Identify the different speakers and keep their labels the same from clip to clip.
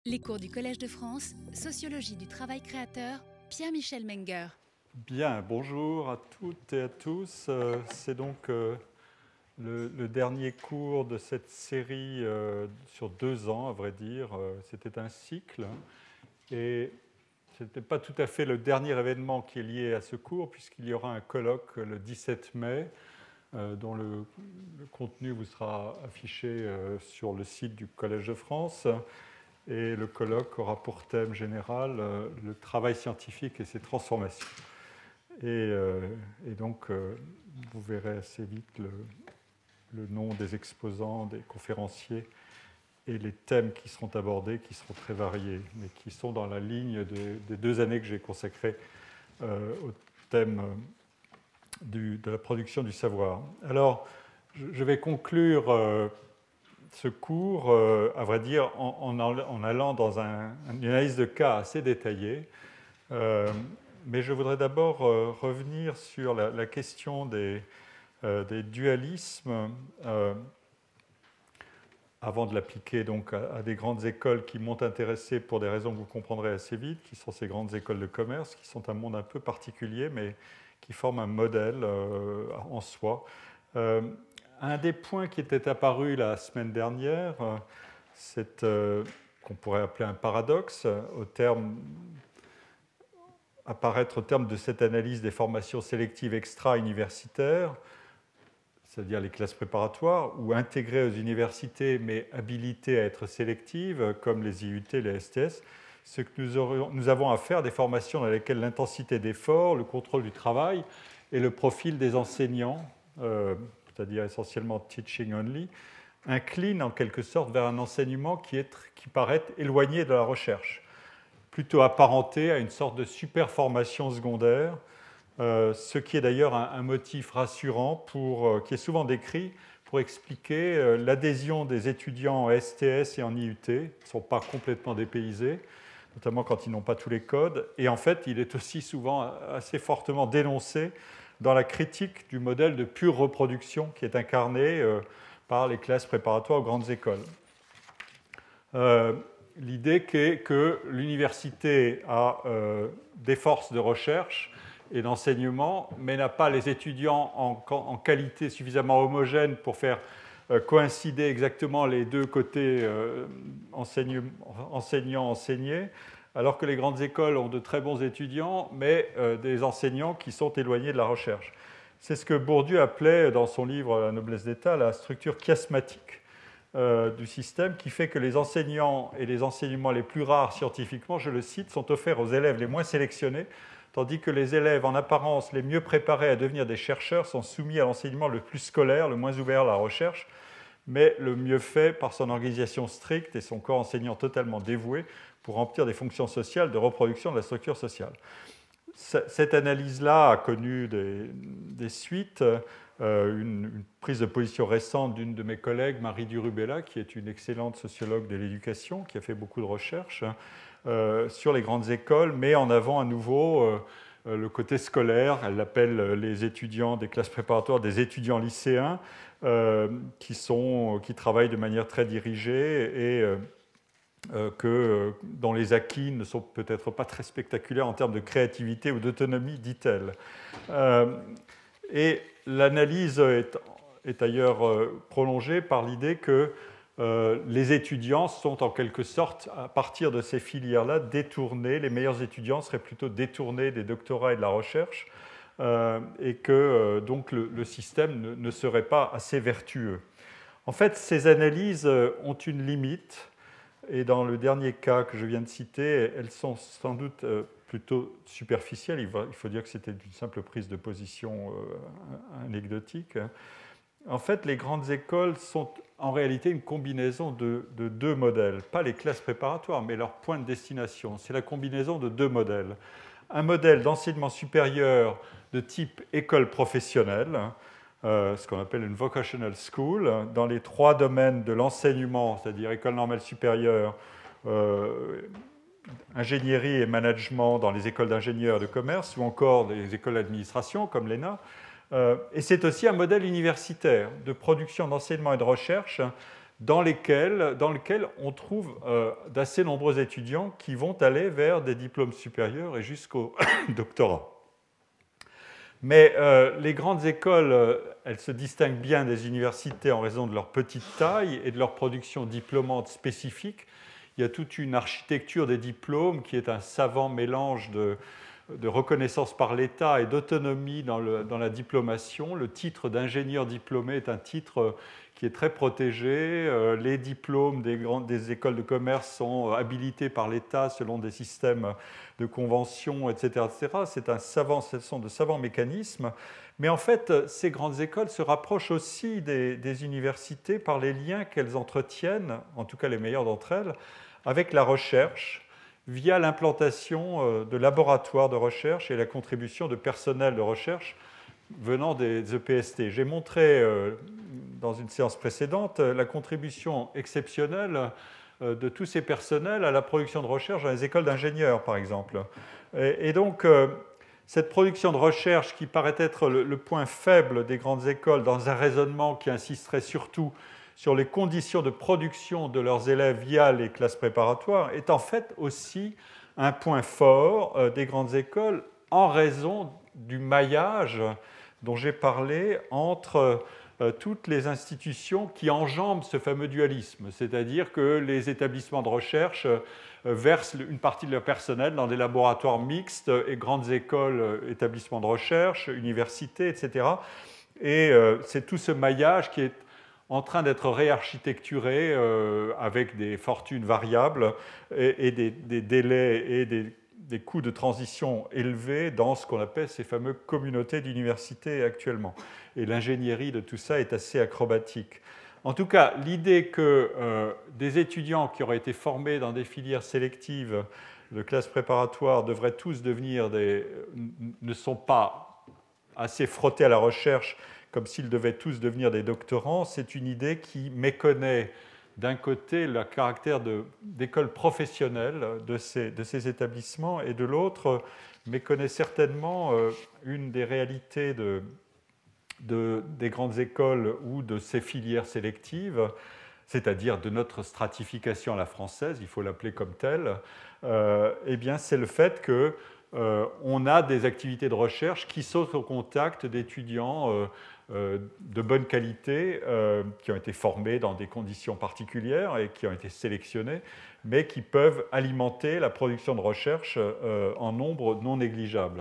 Speaker 1: Les cours du Collège de France, Sociologie du travail créateur, Pierre-Michel Menger.
Speaker 2: Bien, bonjour à toutes et à tous. C'est donc le dernier cours de cette série sur 2 ans, à vrai dire. C'était un cycle. Et ce n'était pas tout à fait le dernier événement qui est lié à ce cours, puisqu'il y aura un colloque le 17 mai, dont le contenu vous sera affiché sur le site du Collège de France. Et le colloque aura pour thème général le travail scientifique et ses transformations. Et donc, vous verrez assez vite le nom des exposants, des conférenciers et les thèmes qui seront abordés, qui seront très variés, mais qui sont dans la ligne des 2 années que j'ai consacrées au thème de la production du savoir. Alors, je vais conclure ce cours, à vrai dire, en allant dans une analyse de cas assez détaillée. Mais je voudrais d'abord revenir sur la question des dualismes avant de l'appliquer donc à des grandes écoles qui m'ont intéressé pour des raisons que vous comprendrez assez vite, qui sont ces grandes écoles de commerce, qui sont un monde un peu particulier, mais qui forment un modèle en soi. Un des points qui était apparu la semaine dernière, c'est qu'on pourrait appeler un paradoxe, apparaître au terme de cette analyse des formations sélectives extra-universitaires, c'est-à-dire les classes préparatoires, ou intégrées aux universités mais habilitées à être sélectives, comme les IUT, les STS, ce que nous avons à faire des formations dans lesquelles l'intensité d'effort, le contrôle du travail et le profil des enseignants, c'est-à-dire essentiellement teaching only, inclinent en quelque sorte vers un enseignement qui paraît éloigné de la recherche, plutôt apparenté à une sorte de super-formation secondaire, ce qui est d'ailleurs un motif rassurant qui est souvent décrit pour expliquer l'adhésion des étudiants en STS et en IUT, qui ne sont pas complètement dépaysés, notamment quand ils n'ont pas tous les codes. Et en fait, il est aussi souvent assez fortement dénoncé dans la critique du modèle de pure reproduction qui est incarné par les classes préparatoires aux grandes écoles. L'idée que l'université a des forces de recherche et d'enseignement, mais n'a pas les étudiants en qualité suffisamment homogène pour faire coïncider exactement les deux côtés enseignants-enseignés, alors que les grandes écoles ont de très bons étudiants, mais des enseignants qui sont éloignés de la recherche. C'est ce que Bourdieu appelait dans son livre « La noblesse d'État » la structure chiasmatique du système, qui fait que les enseignants et les enseignements les plus rares scientifiquement, je le cite, sont offerts aux élèves les moins sélectionnés, tandis que les élèves en apparence les mieux préparés à devenir des chercheurs sont soumis à l'enseignement le plus scolaire, le moins ouvert à la recherche, mais le mieux fait par son organisation stricte et son corps enseignant totalement dévoué pour remplir des fonctions sociales de reproduction de la structure sociale. Cette analyse-là a connu des suites. Une prise de position récente d'une de mes collègues, Marie Durubella, qui est une excellente sociologue de l'éducation, qui a fait beaucoup de recherches sur les grandes écoles, mais en avant à nouveau le côté scolaire. Elle appelle les étudiants des classes préparatoires des étudiants lycéens qui travaillent de manière très dirigée et dont les acquis ne sont peut-être pas très spectaculaires en termes de créativité ou d'autonomie, dit-elle. Et l'analyse est d'ailleurs prolongée par l'idée que les étudiants sont en quelque sorte, à partir de ces filières-là, détournés. Les meilleurs étudiants seraient plutôt détournés des doctorats et de la recherche, et que donc le système ne serait pas assez vertueux. En fait, ces analyses ont une limite. Et dans le dernier cas que je viens de citer, elles sont sans doute plutôt superficielles. Il faut dire que c'était une simple prise de position anecdotique. En fait, les grandes écoles sont en réalité une combinaison de 2 modèles. Pas les classes préparatoires, mais leur point de destination. C'est la combinaison de 2 modèles. Un modèle d'enseignement supérieur de type école professionnelle, ce qu'on appelle une vocational school, dans les 3 domaines de l'enseignement, c'est-à-dire école normale supérieure, ingénierie et management dans les écoles d'ingénieurs de commerce, ou encore des écoles d'administration comme l'ENA. Et c'est aussi un modèle universitaire de production d'enseignement et de recherche dans lequel on trouve d'assez nombreux étudiants qui vont aller vers des diplômes supérieurs et jusqu'au doctorat. Mais les grandes écoles, elles se distinguent bien des universités en raison de leur petite taille et de leur production diplômante spécifique. Il y a toute une architecture des diplômes qui est un savant mélange de reconnaissance par l'État et d'autonomie dans la diplomation. Le titre d'ingénieur diplômé est un titre qui est très protégé. Les diplômes des écoles de commerce sont habilités par l'État selon des systèmes de conventions, etc. etc. Ce sont de savants mécanismes. Mais en fait, ces grandes écoles se rapprochent aussi des universités par les liens qu'elles entretiennent, en tout cas les meilleures d'entre elles, avec la recherche, via l'implantation de laboratoires de recherche et la contribution de personnel de recherche venant des EPST. J'ai montré dans une séance précédente la contribution exceptionnelle de tous ces personnels à la production de recherche dans les écoles d'ingénieurs, par exemple. Et donc, cette production de recherche qui paraît être le point faible des grandes écoles dans un raisonnement qui insisterait surtout sur les conditions de production de leurs élèves via les classes préparatoires est en fait aussi un point fort des grandes écoles en raison du maillage dont j'ai parlé entre toutes les institutions qui enjambent ce fameux dualisme, c'est-à-dire que les établissements de recherche versent une partie de leur personnel dans des laboratoires mixtes et grandes écoles, établissements de recherche, universités, etc. Et c'est tout ce maillage qui est en train d'être réarchitecturé avec des fortunes variables et des délais et des coûts de transition élevés dans ce qu'on appelle ces fameuses communautés d'universités actuellement. Et l'ingénierie de tout ça est assez acrobatique. En tout cas, l'idée que des étudiants qui auraient été formés dans des filières sélectives de classes préparatoires devraient tous devenir ne sont pas assez frottés à la recherche comme s'ils devaient tous devenir des doctorants, c'est une idée qui méconnaît d'un côté le caractère d'école professionnelle de ces établissements et de l'autre méconnaît certainement une des réalités des grandes écoles ou de ces filières sélectives, c'est-à-dire de notre stratification à la française, il faut l'appeler comme telle, eh bien c'est le fait qu'on a des activités de recherche qui sont au contact d'étudiants de bonne qualité, qui ont été formés dans des conditions particulières et qui ont été sélectionnés, mais qui peuvent alimenter la production de recherche en nombre non négligeable.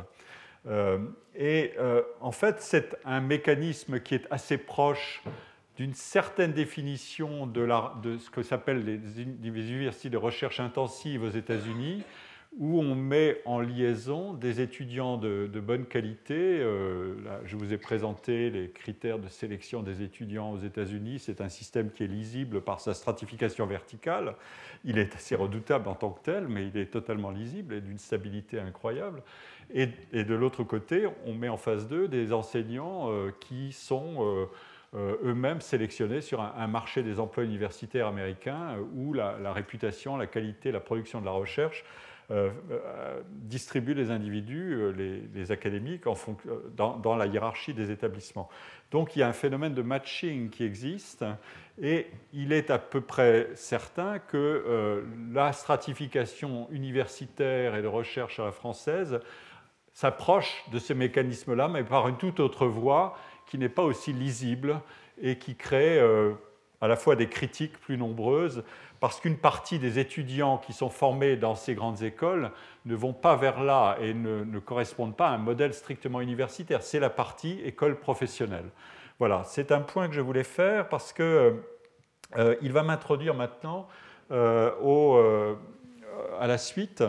Speaker 2: En fait, c'est un mécanisme qui est assez proche d'une certaine définition de ce que s'appellent les universités de recherche intensive aux États-Unis, où on met en liaison des étudiants de bonne qualité. Là, je vous ai présenté les critères de sélection des étudiants aux États-Unis. C'est un système qui est lisible par sa stratification verticale. Il est assez redoutable en tant que tel, mais il est totalement lisible et d'une stabilité incroyable. Et de l'autre côté, on met en face d'eux des enseignants qui sont eux-mêmes sélectionnés sur un marché des emplois universitaires américains où la réputation, la qualité, la production de la recherche distribue les individus, les académiques, dans la hiérarchie des établissements. Donc il y a un phénomène de matching qui existe et il est à peu près certain que la stratification universitaire et de recherche à la française s'approche de ce mécanisme-là, mais par une toute autre voie qui n'est pas aussi lisible et qui crée à la fois des critiques plus nombreuses, parce qu'une partie des étudiants qui sont formés dans ces grandes écoles ne vont pas vers là et ne correspondent pas à un modèle strictement universitaire. C'est la partie école professionnelle. Voilà, c'est un point que je voulais faire parce qu'il va m'introduire maintenant à la suite.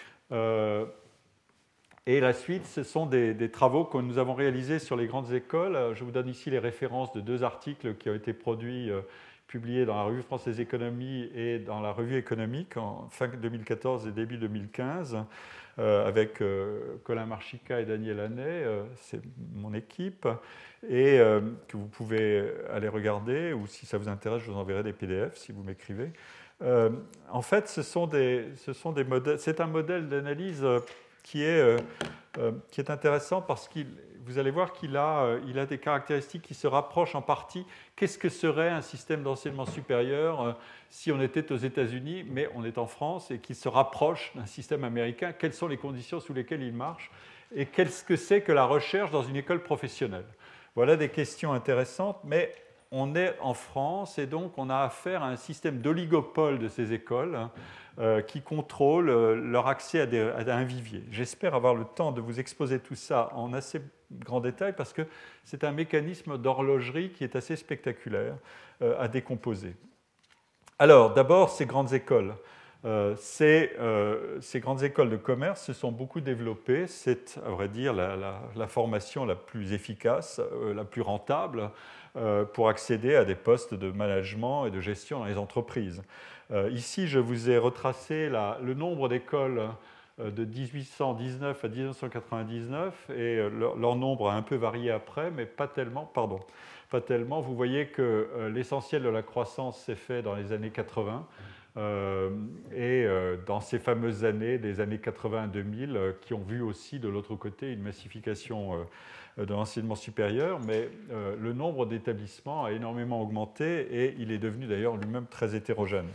Speaker 2: Et la suite, ce sont des travaux que nous avons réalisés sur les grandes écoles. Je vous donne ici les références de 2 articles qui ont été produits, publiés dans la Revue française économie et dans la Revue économique en fin 2014 et début 2015, avec Colin Marchica et Daniel Hannet, c'est mon équipe, et que vous pouvez aller regarder, ou si ça vous intéresse, je vous enverrai des PDF si vous m'écrivez. En fait, ce sont des modèles, c'est un modèle d'analyse qui est intéressant parce qu'il vous allez voir qu'il a des caractéristiques qui se rapprochent en partie. Qu'est-ce que serait un système d'enseignement supérieur si on était aux États-Unis, mais on est en France, et qu'il se rapproche d'un système américain? Quelles sont les conditions sous lesquelles il marche? Et qu'est-ce que c'est que la recherche dans une école professionnelle? Voilà des questions intéressantes, mais on est en France et donc on a affaire à un système d'oligopole de ces écoles qui contrôle leur accès à un vivier. J'espère avoir le temps de vous exposer tout ça en assez grand détail parce que c'est un mécanisme d'horlogerie qui est assez spectaculaire à décomposer. Alors, d'abord, ces grandes écoles. Ces grandes écoles de commerce se sont beaucoup développées. C'est, à vrai dire, la formation la plus efficace, la plus rentable pour accéder à des postes de management et de gestion dans les entreprises. Ici, je vous ai retracé le nombre d'écoles de 1819 à 1999, et leur nombre a un peu varié après, mais pas tellement. Pas tellement. Vous voyez que l'essentiel de la croissance s'est fait dans les années 80. Et dans ces fameuses années, des années 80-2000, qui ont vu aussi de l'autre côté une massification de l'enseignement supérieur, mais le nombre d'établissements a énormément augmenté et il est devenu d'ailleurs lui-même très hétérogène.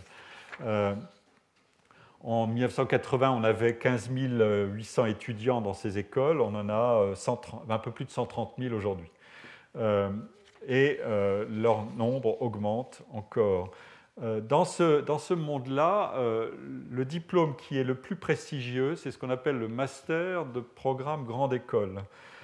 Speaker 2: En 1980, on avait 15 800 étudiants dans ces écoles, on en a un peu plus de 130 000 aujourd'hui. Et leur nombre augmente encore. Dans ce monde-là, le diplôme qui est le plus prestigieux, c'est ce qu'on appelle le master de programme grande école.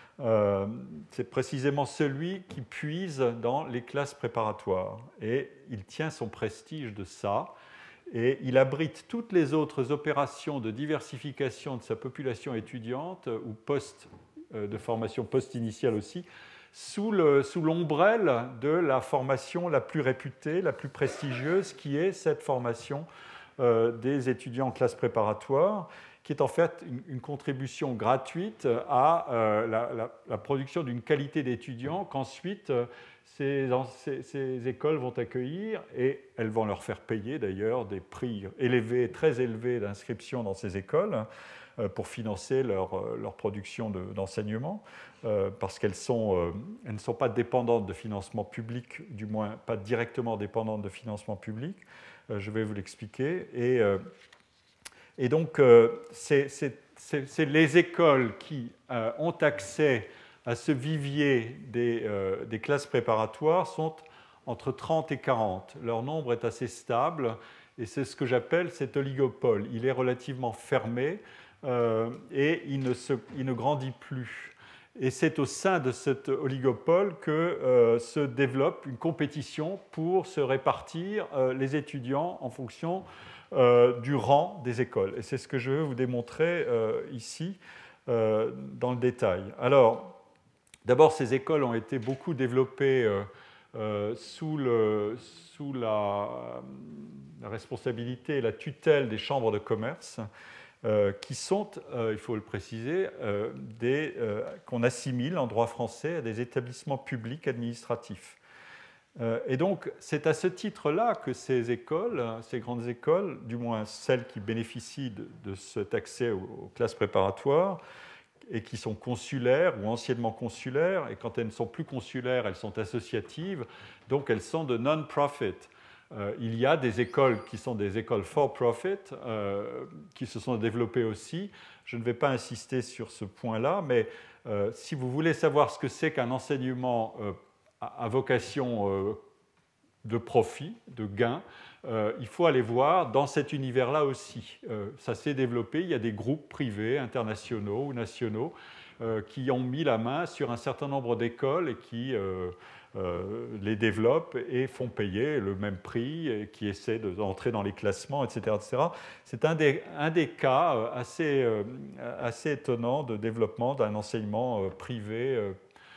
Speaker 2: C'est précisément celui qui puise dans les classes préparatoires. Et il tient son prestige de ça. Et il abrite toutes les autres opérations de diversification de sa population étudiante ou de formation post-initiale aussi, sous l'ombrelle de la formation la plus réputée, la plus prestigieuse, qui est cette formation des étudiants en classe préparatoire, qui est en fait une contribution gratuite à la production d'une qualité d'étudiants qu'ensuite ces écoles vont accueillir, et elles vont leur faire payer d'ailleurs des prix élevés, très élevés d'inscription dans ces écoles pour financer leur production d'enseignement, parce qu'elles ne sont pas dépendantes de financement public, du moins pas directement dépendantes de financement public. Je vais vous l'expliquer. Et donc, c'est les écoles qui ont accès à ce vivier des classes préparatoires sont entre 30 et 40. Leur nombre est assez stable, et c'est ce que j'appelle cet oligopole. Il est relativement fermé et il ne grandit plus. Et c'est au sein de cet oligopole que se développe une compétition pour se répartir les étudiants en fonction du rang des écoles. Et c'est ce que je veux vous démontrer ici dans le détail. Alors, d'abord, ces écoles ont été beaucoup développées sous la responsabilité et la tutelle des chambres de commerce, qui sont, il faut le préciser, qu'on assimile en droit français à des établissements publics administratifs. Et donc, c'est à ce titre-là que ces écoles, ces grandes écoles, du moins celles qui bénéficient de cet accès aux classes préparatoires, et qui sont consulaires ou anciennement consulaires, et quand elles ne sont plus consulaires, elles sont associatives, donc elles sont de non-profit. Il y a des écoles qui sont des écoles for-profit, qui se sont développées aussi. Je ne vais pas insister sur ce point-là, mais si vous voulez savoir ce que c'est qu'un enseignement à vocation de profit, de gain, il faut aller voir dans cet univers-là aussi. Ça s'est développé, il y a des groupes privés, internationaux ou nationaux, qui ont mis la main sur un certain nombre d'écoles et qui les développent et font payer le même prix, et qui essaient d'entrer dans les classements, etc. etc. C'est un des cas assez étonnants de développement d'un enseignement privé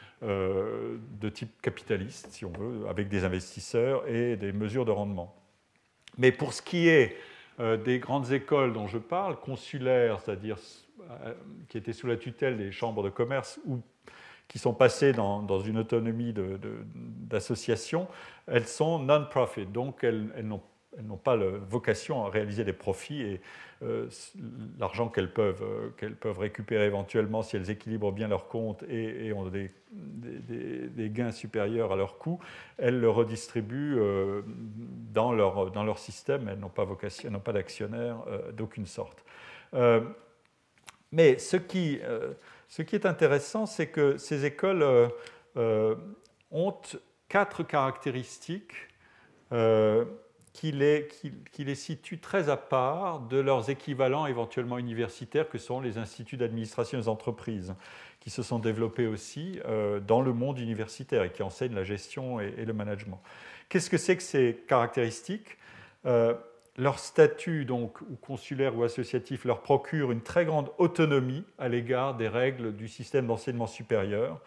Speaker 2: de type capitaliste, si on veut, avec des investisseurs et des mesures de rendement. Mais pour ce qui est des grandes écoles dont je parle, consulaires, c'est-à-dire qui étaient sous la tutelle des chambres de commerce ou qui sont passées dans une autonomie d'association, elles sont non-profit, donc elles n'ont pas vocation à réaliser des profits et l'argent qu'elles peuvent récupérer éventuellement si elles équilibrent bien leurs comptes et ont des gains supérieurs à leurs coûts, elles le redistribuent dans leur système. Elles n'ont pas vocation, elles n'ont pas d'actionnaires d'aucune sorte. Mais ce qui est intéressant, c'est que ces écoles ont 4 caractéristiques qui les situent très à part de leurs équivalents éventuellement universitaires que sont les instituts d'administration des entreprises, qui se sont développés aussi dans le monde universitaire et qui enseignent la gestion et le management. Qu'est-ce que c'est que ces caractéristiques ? Leur statut, donc, ou consulaire ou associatif, leur procure une très grande autonomie à l'égard des règles du système d'enseignement supérieur.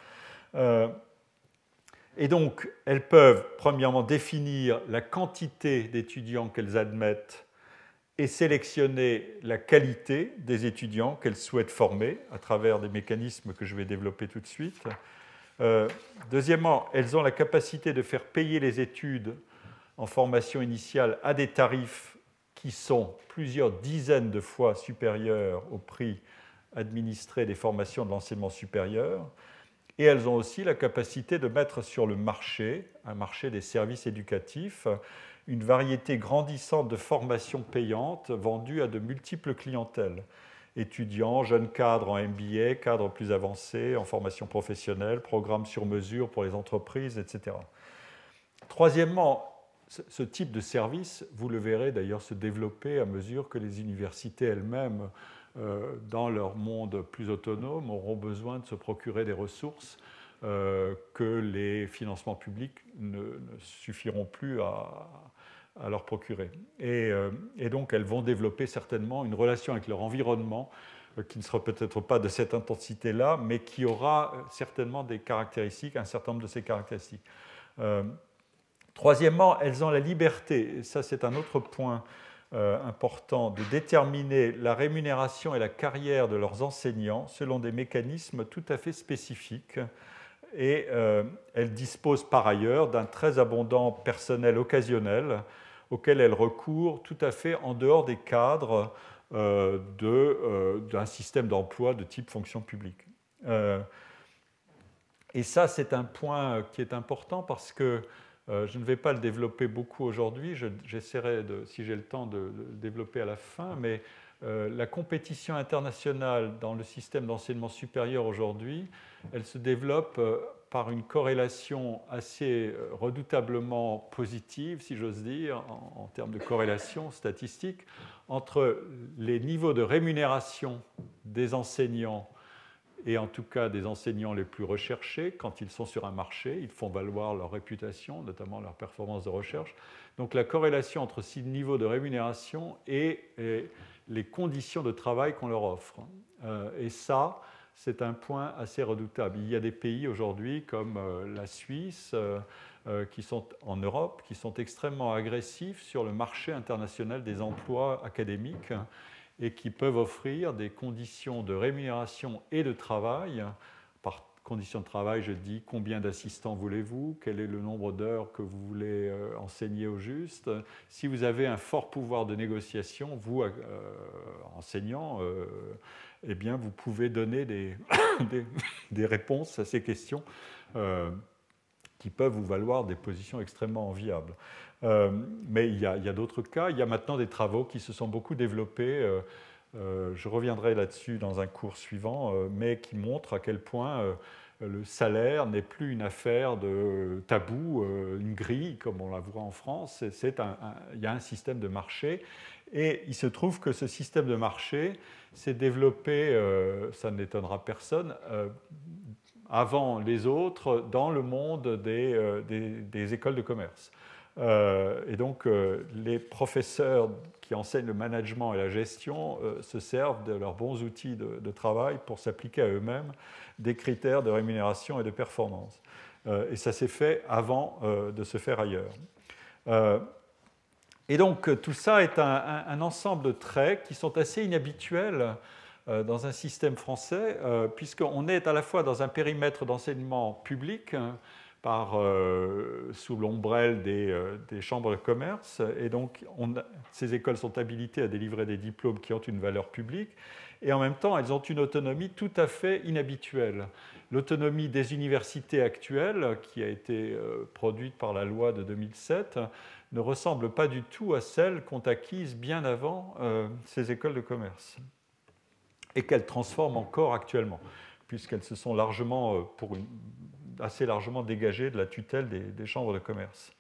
Speaker 2: Et donc, elles peuvent, premièrement, définir la quantité d'étudiants qu'elles admettent et sélectionner la qualité des étudiants qu'elles souhaitent former à travers des mécanismes que je vais développer tout de suite. Deuxièmement, elles ont la capacité de faire payer les études en formation initiale à des tarifs qui sont plusieurs dizaines de fois supérieurs au prix administré des formations de l'enseignement supérieur. Et elles ont aussi la capacité de mettre sur le marché, un marché des services éducatifs, une variété grandissante de formations payantes vendues à de multiples clientèles. Étudiants, jeunes cadres en MBA, cadres plus avancés, en formation professionnelle, programmes sur mesure pour les entreprises, etc. Troisièmement, ce type de service, vous le verrez d'ailleurs se développer à mesure que les universités elles-mêmes, dans leur monde plus autonome, auront besoin de se procurer des ressources que les financements publics ne suffiront plus à leur procurer. Et donc, elles vont développer certainement une relation avec leur environnement qui ne sera peut-être pas de cette intensité-là, mais qui aura certainement des caractéristiques, un certain nombre de ces caractéristiques. Troisièmement, elles ont la liberté, et ça c'est un autre point important, de déterminer la rémunération et la carrière de leurs enseignants selon des mécanismes tout à fait spécifiques. Et elles disposent par ailleurs d'un très abondant personnel occasionnel auquel elles recourent tout à fait en dehors des cadres d'un système d'emploi de type fonction publique. Et ça, c'est un point qui est important parce que je ne vais pas le développer beaucoup aujourd'hui, j'essaierai, si j'ai le temps, de le développer à la fin, mais la compétition internationale dans le système d'enseignement supérieur aujourd'hui, elle se développe par une corrélation assez redoutablement positive, si j'ose dire, en termes de corrélation statistique, entre les niveaux de rémunération des enseignants et en tout cas des enseignants les plus recherchés. Quand ils sont sur un marché, ils font valoir leur réputation, notamment leur performance de recherche. Donc la corrélation entre ces niveaux de rémunération et les conditions de travail qu'on leur offre. Et ça, c'est un point assez redoutable. Il y a des pays aujourd'hui comme la Suisse, qui sont en Europe, qui sont extrêmement agressifs sur le marché international des emplois académiques, et qui peuvent offrir des conditions de rémunération et de travail. Par conditions de travail, je dis combien d'assistants voulez-vous, quel est le nombre d'heures que vous voulez enseigner au juste. Si vous avez un fort pouvoir de négociation, vous, enseignants, eh bien, vous pouvez donner des réponses à ces questions qui peuvent vous valoir des positions extrêmement enviables. Mais il y a d'autres cas. Il y a maintenant des travaux qui se sont beaucoup développés. Je reviendrai là-dessus dans un cours suivant, mais qui montrent à quel point le salaire n'est plus une affaire de tabou, une grille, comme on la voit en France. Il y a un système de marché. Et il se trouve que ce système de marché s'est développé, ça n'étonnera personne, avant les autres dans le monde des écoles de commerce. Et donc, les professeurs qui enseignent le management et la gestion se servent de leurs bons outils de travail pour s'appliquer à eux-mêmes des critères de rémunération et de performance. Et ça s'est fait avant de se faire ailleurs. Et donc, tout ça est un ensemble de traits qui sont assez inhabituels dans un système français, puisqu'on est à la fois dans un périmètre d'enseignement public, sous l'ombrelle des chambres de commerce. Et donc, ces écoles sont habilitées à délivrer des diplômes qui ont une valeur publique. Et en même temps, elles ont une autonomie tout à fait inhabituelle. L'autonomie des universités actuelles, qui a été produite par la loi de 2007, ne ressemble pas du tout à celle qu'ont acquise bien avant ces écoles de commerce, et qu'elles transforment encore actuellement, puisqu'elles se sont assez largement dégagées de la tutelle des chambres de commerce.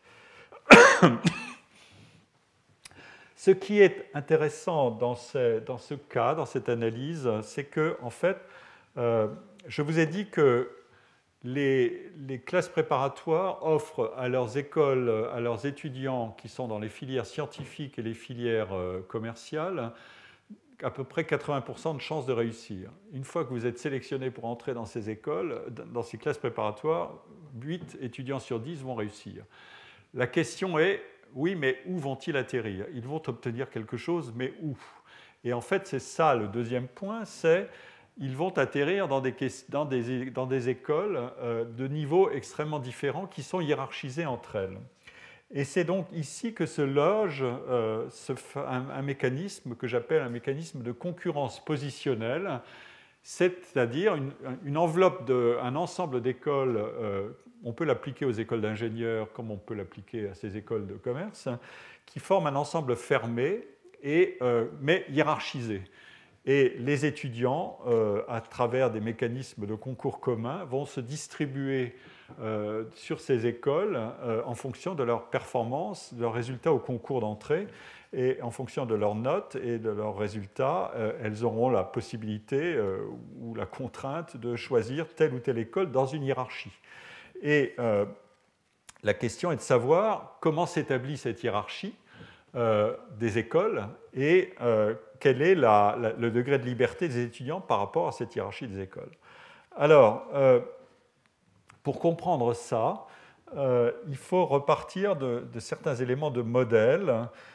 Speaker 2: Ce qui est intéressant dans ce cas, dans cette analyse, c'est que, en fait, je vous ai dit que les classes préparatoires offrent à leurs écoles, à leurs étudiants qui sont dans les filières scientifiques et les filières commerciales, à peu près 80% de chances de réussir. Une fois que vous êtes sélectionné pour entrer dans ces écoles, dans ces classes préparatoires, 8 étudiants sur 10 vont réussir. La question est, oui, mais où vont-ils atterrir? Ils vont obtenir quelque chose, mais où? Et en fait, c'est ça le deuxième point, c'est ils vont atterrir dans des écoles de niveaux extrêmement différents qui sont hiérarchisées entre elles. Et c'est donc ici que se loge un mécanisme que j'appelle un mécanisme de concurrence positionnelle, c'est-à-dire une enveloppe, un ensemble d'écoles, on peut l'appliquer aux écoles d'ingénieurs comme on peut l'appliquer à ces écoles de commerce, qui forment un ensemble fermé, mais hiérarchisé. Et les étudiants, à travers des mécanismes de concours communs, vont se distribuer sur ces écoles en fonction de leurs performances, de leurs résultats au concours d'entrée. Et en fonction de leurs notes et de leurs résultats, elles auront la possibilité ou la contrainte de choisir telle ou telle école dans une hiérarchie. Et la question est de savoir comment s'établit cette hiérarchie des écoles et quel est le degré de liberté des étudiants par rapport à cette hiérarchie des écoles. Alors, pour comprendre ça, il faut repartir de certains éléments de modèle.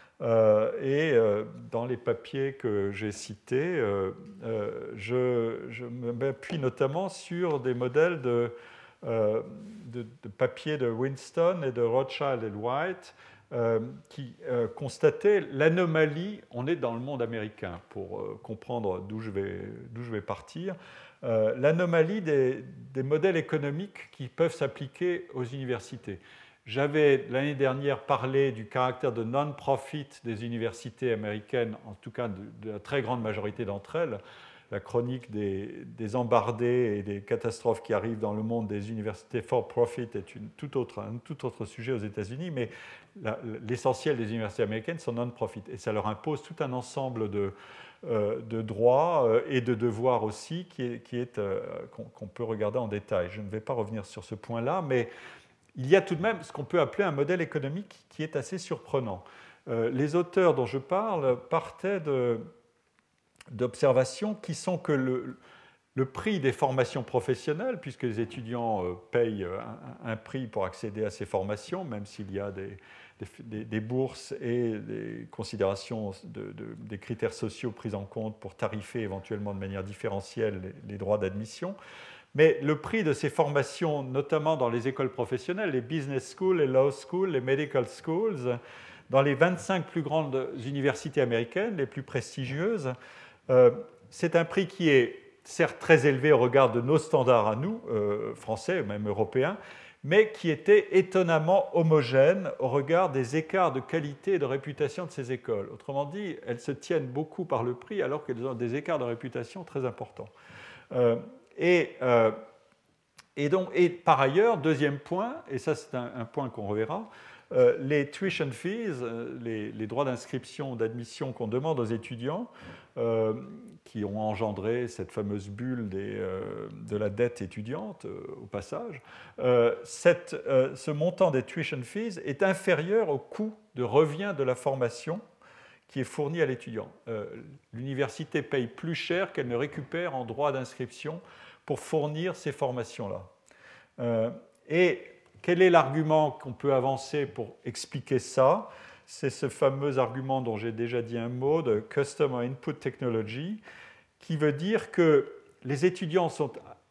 Speaker 2: Dans les papiers que j'ai cités, je m'appuie notamment sur des modèles de papiers de Winston et de Rothschild et White qui constataient l'anomalie. On est dans le monde américain pour comprendre d'où je vais partir. L'anomalie des modèles économiques qui peuvent s'appliquer aux universités. J'avais l'année dernière parlé du caractère de non-profit des universités américaines, en tout cas de la très grande majorité d'entre elles. La chronique des embardées et des catastrophes qui arrivent dans le monde des universités for-profit est un tout autre sujet aux États-Unis, mais l'essentiel des universités américaines sont non-profit. Et ça leur impose tout un ensemble de droits et de devoirs aussi qu'on peut regarder en détail. Je ne vais pas revenir sur ce point-là, mais il y a tout de même ce qu'on peut appeler un modèle économique qui est assez surprenant. Les auteurs dont je parle partaient d'observations qui sont que le prix des formations professionnelles, puisque les étudiants payent un prix pour accéder à ces formations, même s'il y a des bourses et des considérations, des critères sociaux pris en compte pour tarifer éventuellement de manière différentielle les droits d'admission. Mais le prix de ces formations, notamment dans les écoles professionnelles, les business schools, les law schools, les medical schools, dans les 25 plus grandes universités américaines, les plus prestigieuses, c'est un prix qui est certes très élevé au regard de nos standards à nous, français, même européens, mais qui était étonnamment homogène au regard des écarts de qualité et de réputation de ces écoles. Autrement dit, elles se tiennent beaucoup par le prix alors qu'elles ont des écarts de réputation très importants. Et par ailleurs, deuxième point, et ça c'est un point qu'on reverra, les tuition fees, les droits d'inscription, d'admission qu'on demande aux étudiants, qui ont engendré cette fameuse bulle de la dette étudiante, au passage, ce montant des tuition fees est inférieur au coût de revient de la formation qui est fournie à l'étudiant. L'université paye plus cher qu'elle ne récupère en droits d'inscription pour fournir ces formations-là. Et quel est l'argument qu'on peut avancer pour expliquer ça? C'est ce fameux argument dont j'ai déjà dit un mot, de Customer Input Technology, qui veut dire que les étudiants sont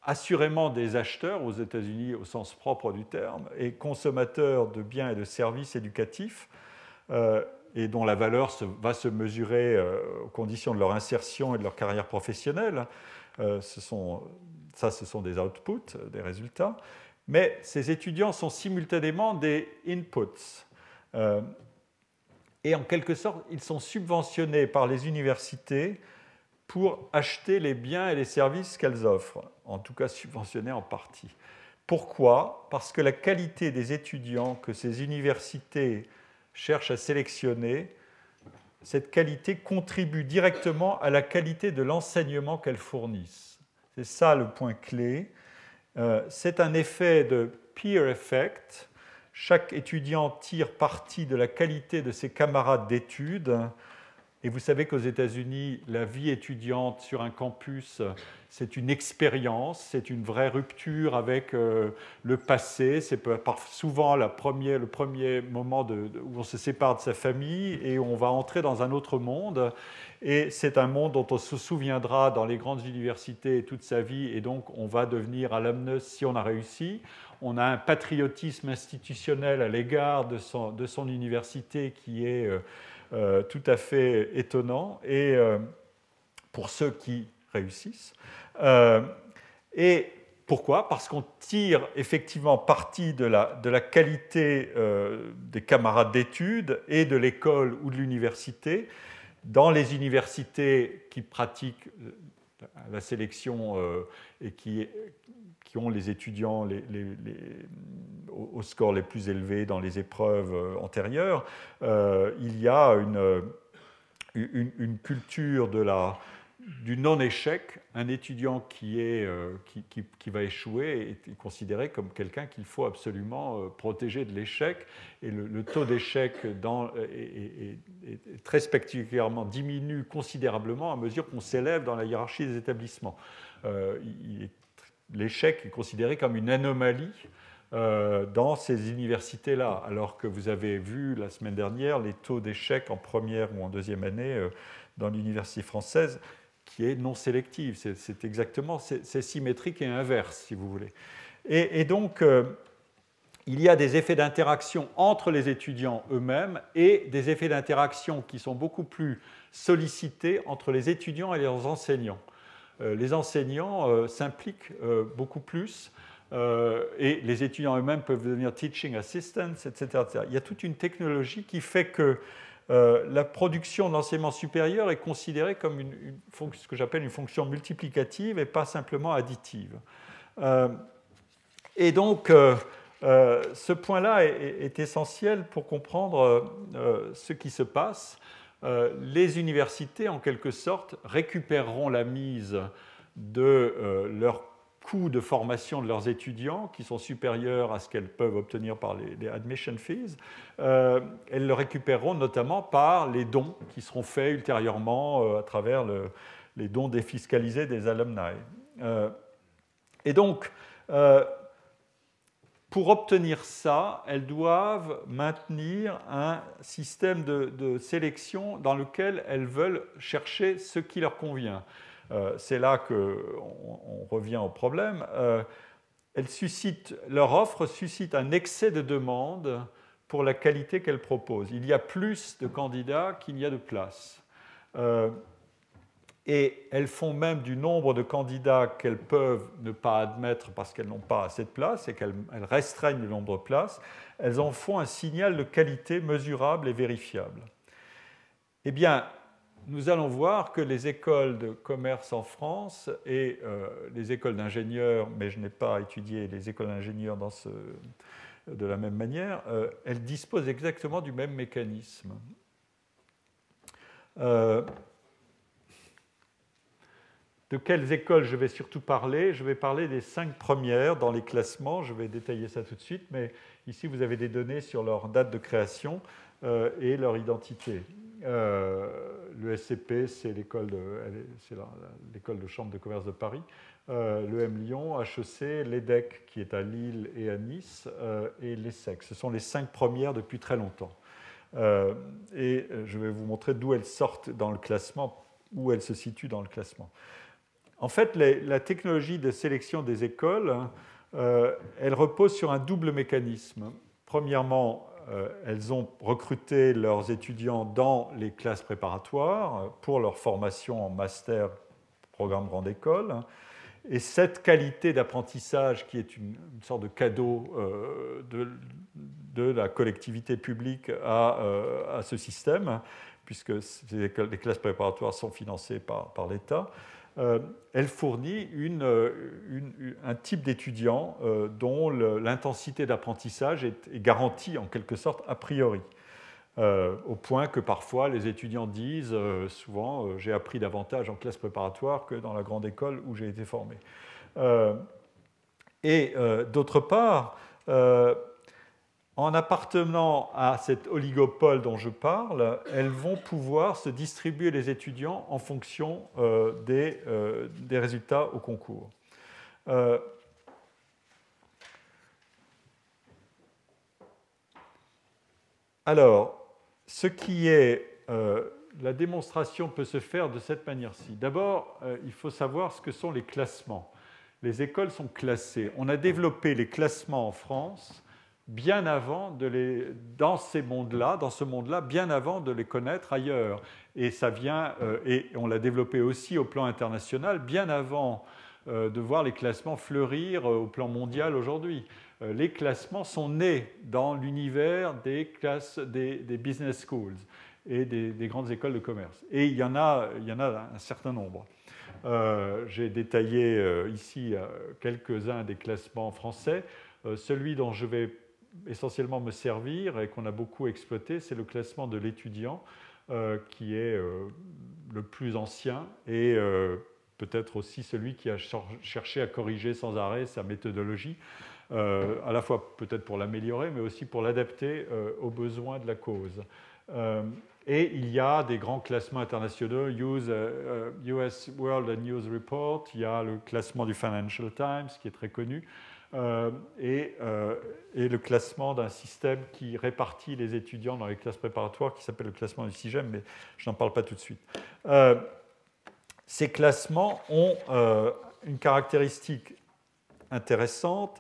Speaker 2: assurément des acheteurs aux États-Unis au sens propre du terme et consommateurs de biens et de services éducatifs et dont la valeur va se mesurer aux conditions de leur insertion et de leur carrière professionnelle. Ce sont des outputs, des résultats. Mais ces étudiants sont simultanément des inputs. Et en quelque sorte, ils sont subventionnés par les universités pour acheter les biens et les services qu'elles offrent, en tout cas subventionnés en partie. Pourquoi ? Parce que la qualité des étudiants que ces universités cherchent à sélectionner, cette qualité contribue directement à la qualité de l'enseignement qu'elles fournissent. C'est ça le point clé. C'est un effet de peer effect. Chaque étudiant tire parti de la qualité de ses camarades d'études. Et vous savez qu'aux États-Unis, la vie étudiante sur un campus, c'est une expérience, c'est une vraie rupture avec le passé. C'est souvent le premier moment où on se sépare de sa famille et on va entrer dans un autre monde. Et c'est un monde dont on se souviendra dans les grandes universités toute sa vie. Et donc, on va devenir alumnus si on a réussi. On a un patriotisme institutionnel à l'égard de son université qui est tout à fait étonnant, et pour ceux qui réussissent. Et pourquoi ? Parce qu'on tire effectivement parti de la qualité des camarades d'études et de l'école ou de l'université. Dans les universités qui pratiquent la sélection et qui ont les étudiants aux scores les plus élevés dans les épreuves antérieures, il y a une culture du non-échec. Un étudiant qui va échouer est considéré comme quelqu'un qu'il faut absolument protéger de l'échec. Et le taux d'échec est très spectaculairement diminue considérablement à mesure qu'on s'élève dans la hiérarchie des établissements. L'échec est considéré comme une anomalie dans ces universités-là, alors que vous avez vu la semaine dernière les taux d'échec en première ou en deuxième année dans l'université française, qui est non sélective. C'est symétrique et inverse, si vous voulez. Et donc, il y a des effets d'interaction entre les étudiants eux-mêmes et des effets d'interaction qui sont beaucoup plus sollicités entre les étudiants et leurs enseignants. Les enseignants s'impliquent beaucoup plus et les étudiants eux-mêmes peuvent devenir teaching assistants, etc., etc. Il y a toute une technologie qui fait que la production de l'enseignement supérieur est considérée comme ce que j'appelle une fonction multiplicative et pas simplement additive. Et donc, ce point-là est essentiel pour comprendre ce qui se passe. Les universités, en quelque sorte, récupéreront la mise de leur coût de formation de leurs étudiants, qui sont supérieurs à ce qu'elles peuvent obtenir par les admission fees. Elles le récupéreront notamment par les dons qui seront faits ultérieurement à travers les dons défiscalisés des alumni. Et donc, pour obtenir ça, elles doivent maintenir un système de sélection dans lequel elles veulent chercher ce qui leur convient. C'est là qu'on revient au problème. Leur offre suscite un excès de demande pour la qualité qu'elles proposent. Il y a plus de candidats qu'il n'y a de places. Et elles font même du nombre de candidats qu'elles peuvent ne pas admettre parce qu'elles n'ont pas assez de place et qu'elles restreignent le nombre de places, elles en font un signal de qualité mesurable et vérifiable. Eh bien, nous allons voir que les écoles de commerce en France et les écoles d'ingénieurs, mais je n'ai pas étudié les écoles d'ingénieurs de la même manière, elles disposent exactement du même mécanisme. De quelles écoles je vais surtout parler ? Je vais parler des 5 premières dans les classements. Je vais détailler ça tout de suite, mais ici vous avez des données sur leur date de création et leur identité. Le SCP, c'est l'école de Chambre de commerce de Paris. L'EM Lyon, HEC, l'EDEC qui est à Lille et à Nice, et l'ESSEC. Ce sont les 5 premières depuis très longtemps. Et je vais vous montrer d'où elles sortent dans le classement, où elles se situent dans le classement. En fait, la technologie de sélection des écoles, elle repose sur un double mécanisme. Premièrement, elles ont recruté leurs étudiants dans les classes préparatoires pour leur formation en master, programme grande école. Et cette qualité d'apprentissage, qui est une sorte de cadeau de la collectivité publique à ce système, puisque les classes préparatoires sont financées par l'État, elle fournit un type d'étudiant dont l'intensité d'apprentissage est garantie en quelque sorte a priori. Au point que parfois les étudiants disent souvent j'ai appris davantage en classe préparatoire que dans la grande école où j'ai été formé. D'autre part, en appartenant à cet oligopole dont je parle, elles vont pouvoir se distribuer les étudiants en fonction des résultats au concours. Alors, ce qui est la démonstration peut se faire de cette manière-ci. D'abord, il faut savoir ce que sont les classements. Les écoles sont classées. On a développé les classements en France bien avant dans ce monde-là, bien avant de les connaître ailleurs. Et ça vient, et on l'a développé aussi au plan international, bien avant de voir les classements fleurir au plan mondial aujourd'hui. Les classements sont nés dans l'univers des business schools et des grandes écoles de commerce. Et il y en a un certain nombre. J'ai détaillé ici quelques-uns des classements français. Celui dont je vais essentiellement me servir et qu'on a beaucoup exploité, c'est le classement de l'étudiant, qui est le plus ancien et peut-être aussi celui qui a cherché à corriger sans arrêt sa méthodologie, à la fois peut-être pour l'améliorer, mais aussi pour l'adapter aux besoins de la cause. Et il y a des grands classements internationaux, US World and News Report, il y a le classement du Financial Times, qui est très connu, et le classement d'un système qui répartit les étudiants dans les classes préparatoires, qui s'appelle le classement du CIGEM, mais je n'en parle pas tout de suite. Ces classements ont une caractéristique intéressante.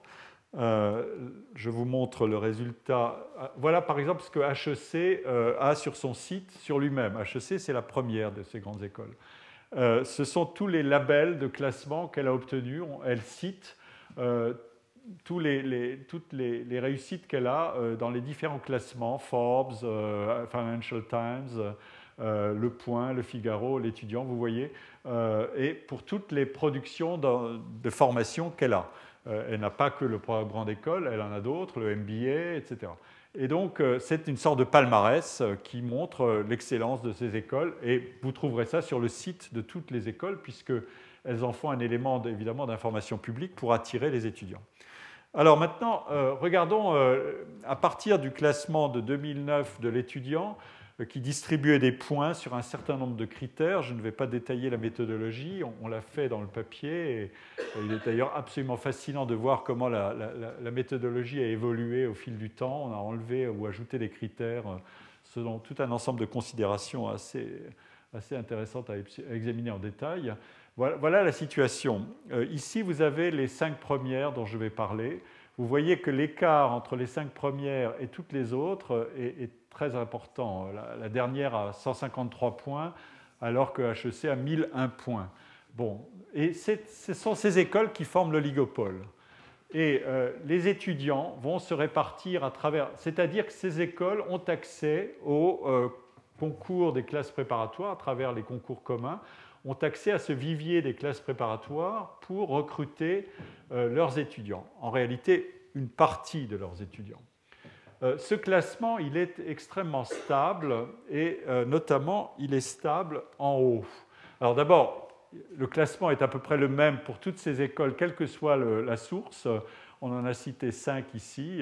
Speaker 2: Je vous montre le résultat. Voilà par exemple ce que HEC a sur son site, sur lui-même. HEC, c'est la première de ces grandes écoles. Ce sont tous les labels de classement qu'elle a obtenus. Elle cite toutes les réussites qu'elle a dans les différents classements, Forbes, Financial Times, Le Point, Le Figaro, L'Étudiant, vous voyez, et pour toutes les productions de formation qu'elle a. Elle n'a pas que le programme grande école, elle en a d'autres, le MBA, etc. Et donc, c'est une sorte de palmarès qui montre l'excellence de ces écoles, et vous trouverez ça sur le site de toutes les écoles, puisqu'elles en font un élément, évidemment, d'information publique pour attirer les étudiants. Alors maintenant, regardons à partir du classement de 2009 de l'étudiant, qui distribuait des points sur un certain nombre de critères. Je ne vais pas détailler la méthodologie, on l'a fait dans le papier. Et il est d'ailleurs absolument fascinant de voir comment la méthodologie a évolué au fil du temps. On a enlevé ou ajouté des critères selon tout un ensemble de considérations assez intéressantes à examiner en détail. Voilà la situation. Ici, vous avez les 5 premières dont je vais parler. Vous voyez que l'écart entre les 5 premières et toutes les autres est très important. La dernière a 153 points, alors que HEC a 1001 points. Bon, et ce sont ces écoles qui forment l'oligopole. Et les étudiants vont se répartir à travers... C'est-à-dire que ces écoles ont accès aux concours des classes préparatoires, à travers les concours communs, ont accès à ce vivier des classes préparatoires pour recruter leurs étudiants. En réalité, une partie de leurs étudiants. Ce classement, il est extrêmement stable et notamment, il est stable en haut. Alors d'abord, le classement est à peu près le même pour toutes ces écoles, quelle que soit la source. On en a cité 5 ici.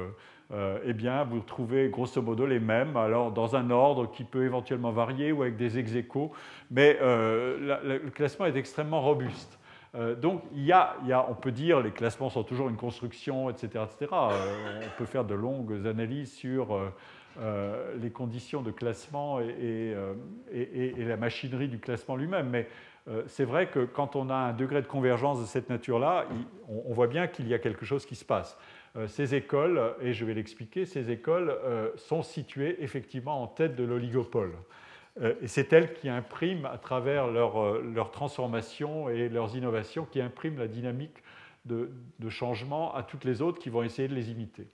Speaker 2: Eh bien, vous trouvez grosso modo les mêmes, alors dans un ordre qui peut éventuellement varier ou avec des ex-aequo, mais le classement est extrêmement robuste. Donc, on peut dire que les classements sont toujours une construction, etc. etc. On peut faire de longues analyses sur les conditions de classement et la machinerie du classement lui-même. Mais c'est vrai que quand on a un degré de convergence de cette nature-là, on voit bien qu'il y a quelque chose qui se passe. Ces écoles, et je vais l'expliquer, ces écoles sont situées effectivement en tête de l'oligopole. Et c'est elles qui impriment, à travers leur transformation et leurs innovations, qui impriment la dynamique de changement à toutes les autres qui vont essayer de les imiter.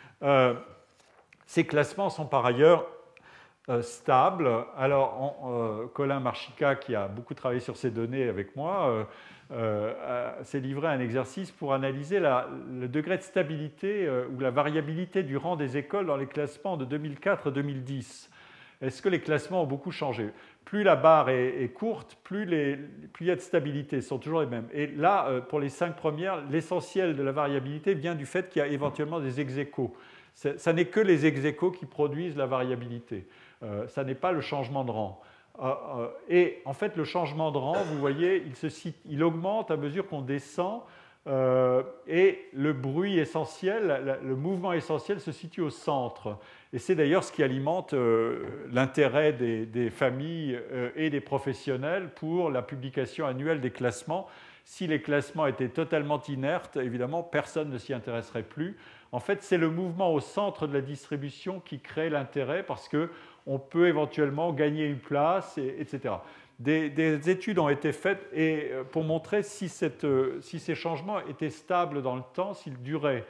Speaker 2: Ces classements sont par ailleurs stables. Alors, Colin Marchica, qui a beaucoup travaillé sur ces données avec moi, s'est livré à un exercice pour analyser le degré de stabilité ou la variabilité du rang des écoles dans les classements de 2004-2010. Est-ce que les classements ont beaucoup changé? Plus la barre est courte, plus il y a de stabilité, ce sont toujours les mêmes. Et là, pour les 5 premières, l'essentiel de la variabilité vient du fait qu'il y a éventuellement des ex-aequo. Ça n'est que les ex-aequo qui produisent la variabilité. Ça n'est pas le changement de rang. Et en fait, le changement de rang, vous voyez, il augmente à mesure qu'on descend. Et le bruit essentiel, le mouvement essentiel se situe au centre. Et c'est d'ailleurs ce qui alimente l'intérêt des familles et des professionnels pour la publication annuelle des classements. Si les classements étaient totalement inertes, évidemment, personne ne s'y intéresserait plus. En fait, c'est le mouvement au centre de la distribution qui crée l'intérêt parce qu'on peut éventuellement gagner une place, etc. Des études ont été faites et pour montrer si ces changements étaient stables dans le temps, s'ils duraient.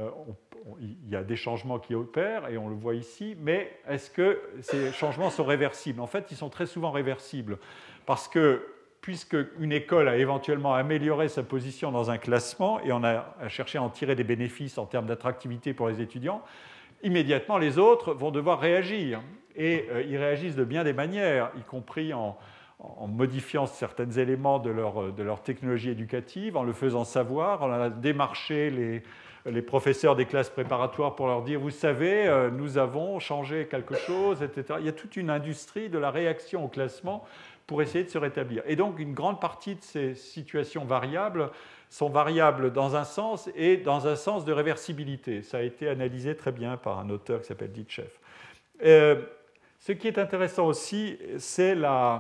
Speaker 2: Il y a des changements qui opèrent et on le voit ici, mais est-ce que ces changements sont réversibles? En fait, ils sont très souvent réversibles parce que puisque une école a éventuellement amélioré sa position dans un classement et on a cherché à en tirer des bénéfices en termes d'attractivité pour les étudiants, immédiatement les autres vont devoir réagir. Et ils réagissent de bien des manières, y compris en modifiant certains éléments de leur technologie éducative, en le faisant savoir, en allant démarcher les professeurs des classes préparatoires pour leur dire « vous savez, nous avons changé quelque chose », etc. Il y a toute une industrie de la réaction au classement pour essayer de se rétablir. Et donc, une grande partie de ces situations variables sont variables dans un sens et dans un sens de réversibilité. Ça a été analysé très bien par un auteur qui s'appelle Ditchev. Ce qui est intéressant aussi, c'est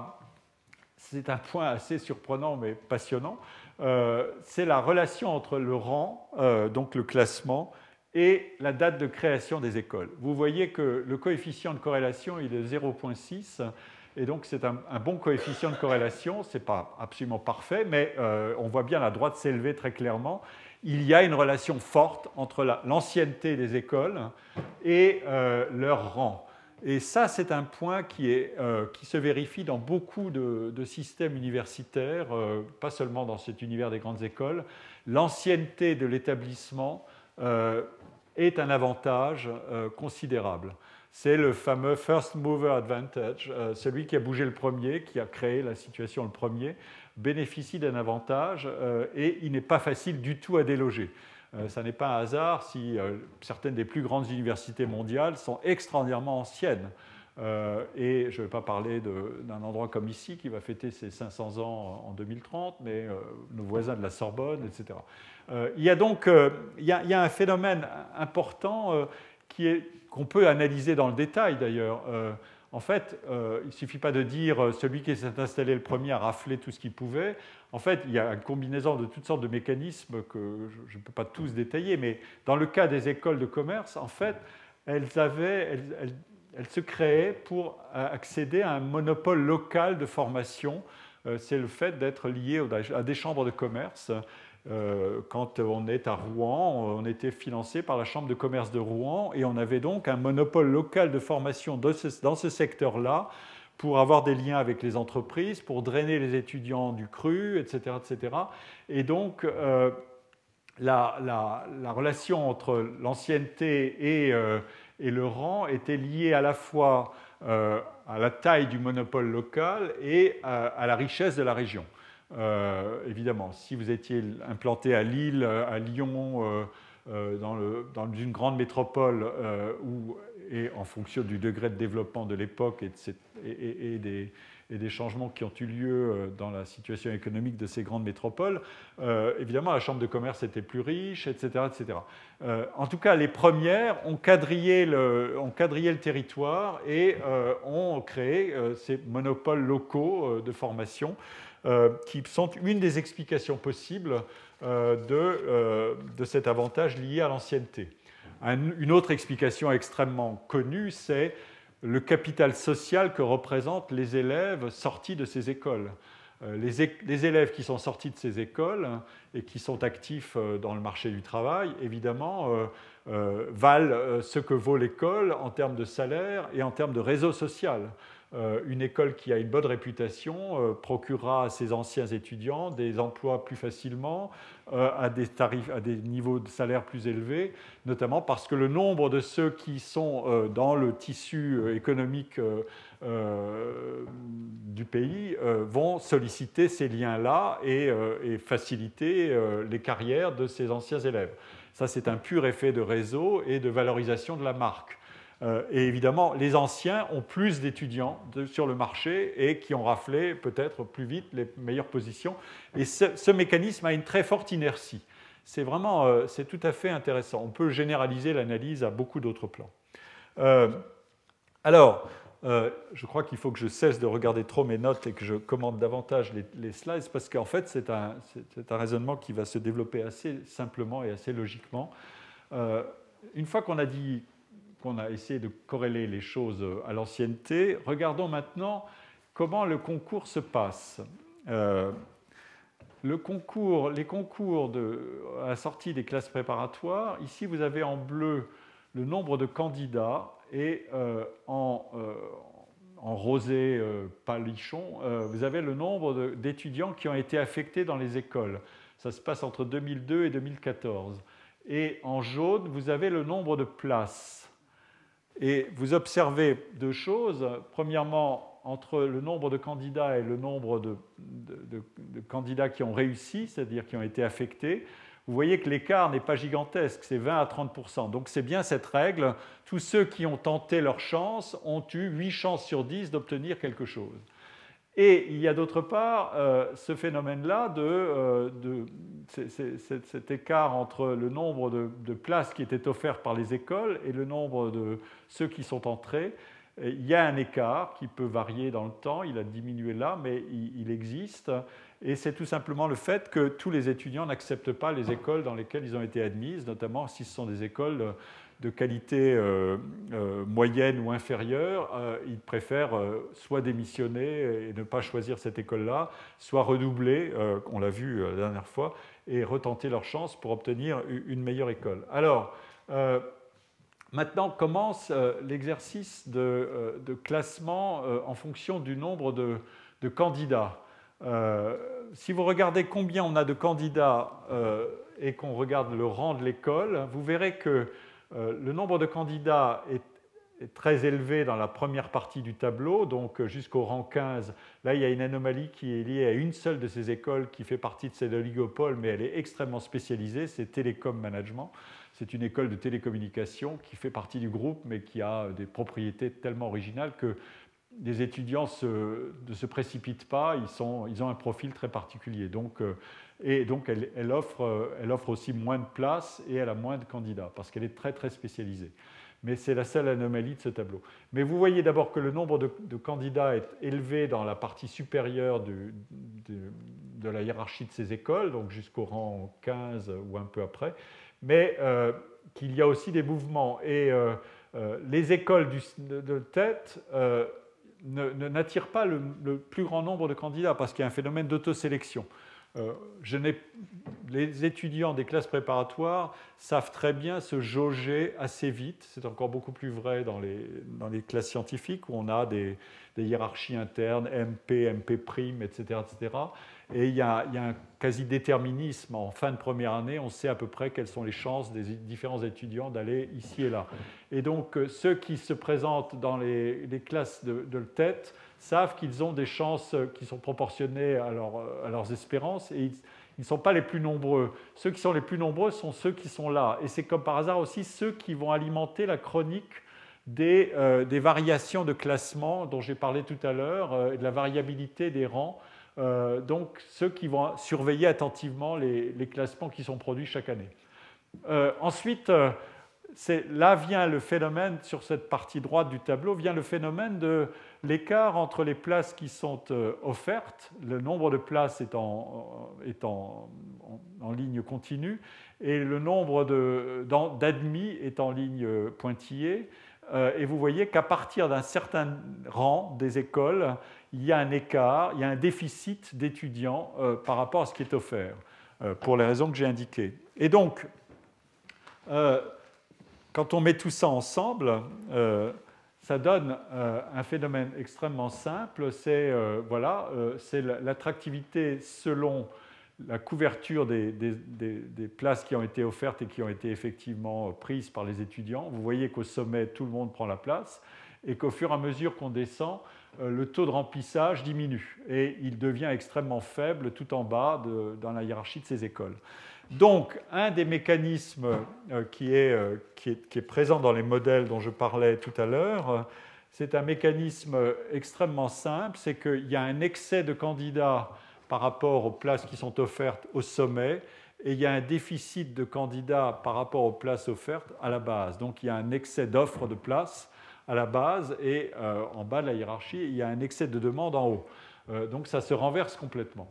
Speaker 2: un point assez surprenant mais passionnant, c'est la relation entre le rang, donc le classement, et la date de création des écoles. Vous voyez que le coefficient de corrélation il est de 0,6, et donc c'est un bon coefficient de corrélation. Ce n'est pas absolument parfait, mais on voit bien la droite s'élever très clairement. Il y a une relation forte entre l'ancienneté des écoles et leur rang. Et ça, c'est un point qui se vérifie dans beaucoup de systèmes universitaires, pas seulement dans cet univers des grandes écoles. L'ancienneté de l'établissement est un avantage considérable. C'est le fameux first mover advantage, celui qui a bougé le premier, qui a créé la situation le premier, bénéficie d'un avantage et il n'est pas facile du tout à déloger. Ça n'est pas un hasard si certaines des plus grandes universités mondiales sont extraordinairement anciennes. Et je ne vais pas parler d'un endroit comme ici qui va fêter ses 500 ans en 2030, mais nos voisins de la Sorbonne, etc. Il y a donc il y a un phénomène important qu'on peut analyser dans le détail d'ailleurs. En fait, il ne suffit pas de dire celui qui s'est installé le premier a raflé tout ce qu'il pouvait. En fait, il y a une combinaison de toutes sortes de mécanismes que je ne peux pas tous détailler, mais dans le cas des écoles de commerce, en fait, elles se créaient pour accéder à un monopole local de formation. C'est le fait d'être lié à des chambres de commerce. Quand on est à Rouen, on était financé par la Chambre de commerce de Rouen et on avait donc un monopole local de formation dans ce secteur-là pour avoir des liens avec les entreprises, pour drainer les étudiants du cru, etc. etc. Et donc, la relation entre l'ancienneté et le rang était liée à la fois à la taille du monopole local et à la richesse de la région. Évidemment, si vous étiez implanté à Lille, à Lyon, dans une grande métropole, et en fonction du degré de développement de l'époque et et des changements qui ont eu lieu dans la situation économique de ces grandes métropoles, évidemment, la chambre de commerce était plus riche, etc. etc. En tout cas, les premières ont quadrillé le territoire et ont créé ces monopoles locaux de formation qui sont une des explications possibles de cet avantage lié à l'ancienneté. Une autre explication extrêmement connue, c'est le capital social que représentent les élèves sortis de ces écoles. Les élèves qui sont sortis de ces écoles et qui sont actifs dans le marché du travail, évidemment, valent ce que vaut l'école en termes de salaire et en termes de réseau social. Une école qui a une bonne réputation procurera à ses anciens étudiants des emplois plus facilement, à des tarifs, à des niveaux de salaire plus élevés, notamment parce que le nombre de ceux qui sont dans le tissu économique du pays vont solliciter ces liens-là et faciliter les carrières de ces anciens élèves. Ça, c'est un pur effet de réseau et de valorisation de la marque. Et évidemment, les anciens ont plus d'étudiants sur le marché et qui ont raflé peut-être plus vite les meilleures positions. Et ce mécanisme a une très forte inertie. C'est tout à fait intéressant. On peut généraliser l'analyse à beaucoup d'autres plans. Je crois qu'il faut que je cesse de regarder trop mes notes et que je commande davantage les slides parce qu'en fait, c'est un raisonnement qui va se développer assez simplement et assez logiquement. Une fois qu'on a dit qu'on a essayé de corréler les choses à l'ancienneté, regardons maintenant comment le concours se passe. Les concours à la sortie des classes préparatoires, ici vous avez en bleu le nombre de candidats et en rosé palichon, vous avez le nombre d'étudiants qui ont été affectés dans les écoles. Ça se passe entre 2002 et 2014. Et en jaune, vous avez le nombre de places. Et vous observez deux choses. Premièrement, entre le nombre de candidats et le nombre de candidats qui ont réussi, c'est-à-dire qui ont été affectés, vous voyez que l'écart n'est pas gigantesque, c'est 20 à 30%. Donc c'est bien cette règle. Tous ceux qui ont tenté leur chance ont eu 8 chances sur 10 d'obtenir quelque chose. Et il y a d'autre part ce phénomène-là cet écart entre le nombre de places qui étaient offertes par les écoles et le nombre de ceux qui sont entrés. Il y a un écart qui peut varier dans le temps, il a diminué là, mais il existe. Et c'est tout simplement le fait que tous les étudiants n'acceptent pas les écoles dans lesquelles ils ont été admises, notamment si ce sont des écoles de qualité moyenne ou inférieure, ils préfèrent soit démissionner et ne pas choisir cette école-là, soit redoubler, on l'a vu la dernière fois, et retenter leur chance pour obtenir une meilleure école. Alors, maintenant commence l'exercice de classement en fonction du nombre de candidats. Si vous regardez combien on a de candidats et qu'on regarde le rang de l'école, vous verrez que le nombre de candidats est très élevé dans la première partie du tableau, donc jusqu'au rang 15. Là, il y a une anomalie qui est liée à une seule de ces écoles qui fait partie de cet oligopole, mais elle est extrêmement spécialisée, c'est Télécom Management. C'est une école de télécommunications qui fait partie du groupe, mais qui a des propriétés tellement originales que les étudiants ne se précipitent pas, ils ont un profil très particulier. Et donc elle offre aussi moins de places et elle a moins de candidats, parce qu'elle est très très spécialisée. Mais c'est la seule anomalie de ce tableau. Mais vous voyez d'abord que le nombre de candidats est élevé dans la partie supérieure de la hiérarchie de ces écoles, donc jusqu'au rang 15 ou un peu après, mais qu'il y a aussi des mouvements. Et les écoles de tête n'attirent pas le plus grand nombre de candidats, parce qu'il y a un phénomène d'autosélection. Les étudiants des classes préparatoires savent très bien se jauger assez vite. C'est encore beaucoup plus vrai dans les classes scientifiques où on a des hiérarchies internes, MP, MP', etc., etc. Et il y a un quasi-déterminisme. En fin de première année, on sait à peu près quelles sont les chances des différents étudiants d'aller ici et là. Et donc, ceux qui se présentent dans les classes de tête savent qu'ils ont des chances qui sont proportionnées à leurs espérances et ils ne sont pas les plus nombreux. Ceux qui sont les plus nombreux sont ceux qui sont là. Et c'est comme par hasard aussi ceux qui vont alimenter la chronique des variations de classement dont j'ai parlé tout à l'heure, et de la variabilité des rangs. Donc ceux qui vont surveiller attentivement les classements qui sont produits chaque année. Ensuite, là vient le phénomène, sur cette partie droite du tableau, vient le phénomène de l'écart entre les places qui sont offertes, le nombre de places est en ligne continue, et le nombre d'admis est en ligne pointillée. Et vous voyez qu'à partir d'un certain rang des écoles, il y a un écart, il y a un déficit d'étudiants par rapport à ce qui est offert, pour les raisons que j'ai indiquées. Et donc, quand on met tout ça ensemble, ça donne un phénomène extrêmement simple, c'est l'attractivité selon la couverture des places qui ont été offertes et qui ont été effectivement prises par les étudiants. Vous voyez qu'au sommet, tout le monde prend la place et qu'au fur et à mesure qu'on descend, le taux de remplissage diminue et il devient extrêmement faible tout en bas dans la hiérarchie de ces écoles. Donc, un des mécanismes qui est présent dans les modèles dont je parlais tout à l'heure, c'est un mécanisme extrêmement simple, c'est qu'il y a un excès de candidats par rapport aux places qui sont offertes au sommet, et il y a un déficit de candidats par rapport aux places offertes à la base. Donc il y a un excès d'offres de places à la base, et en bas de la hiérarchie, il y a un excès de demande en haut. Donc ça se renverse complètement.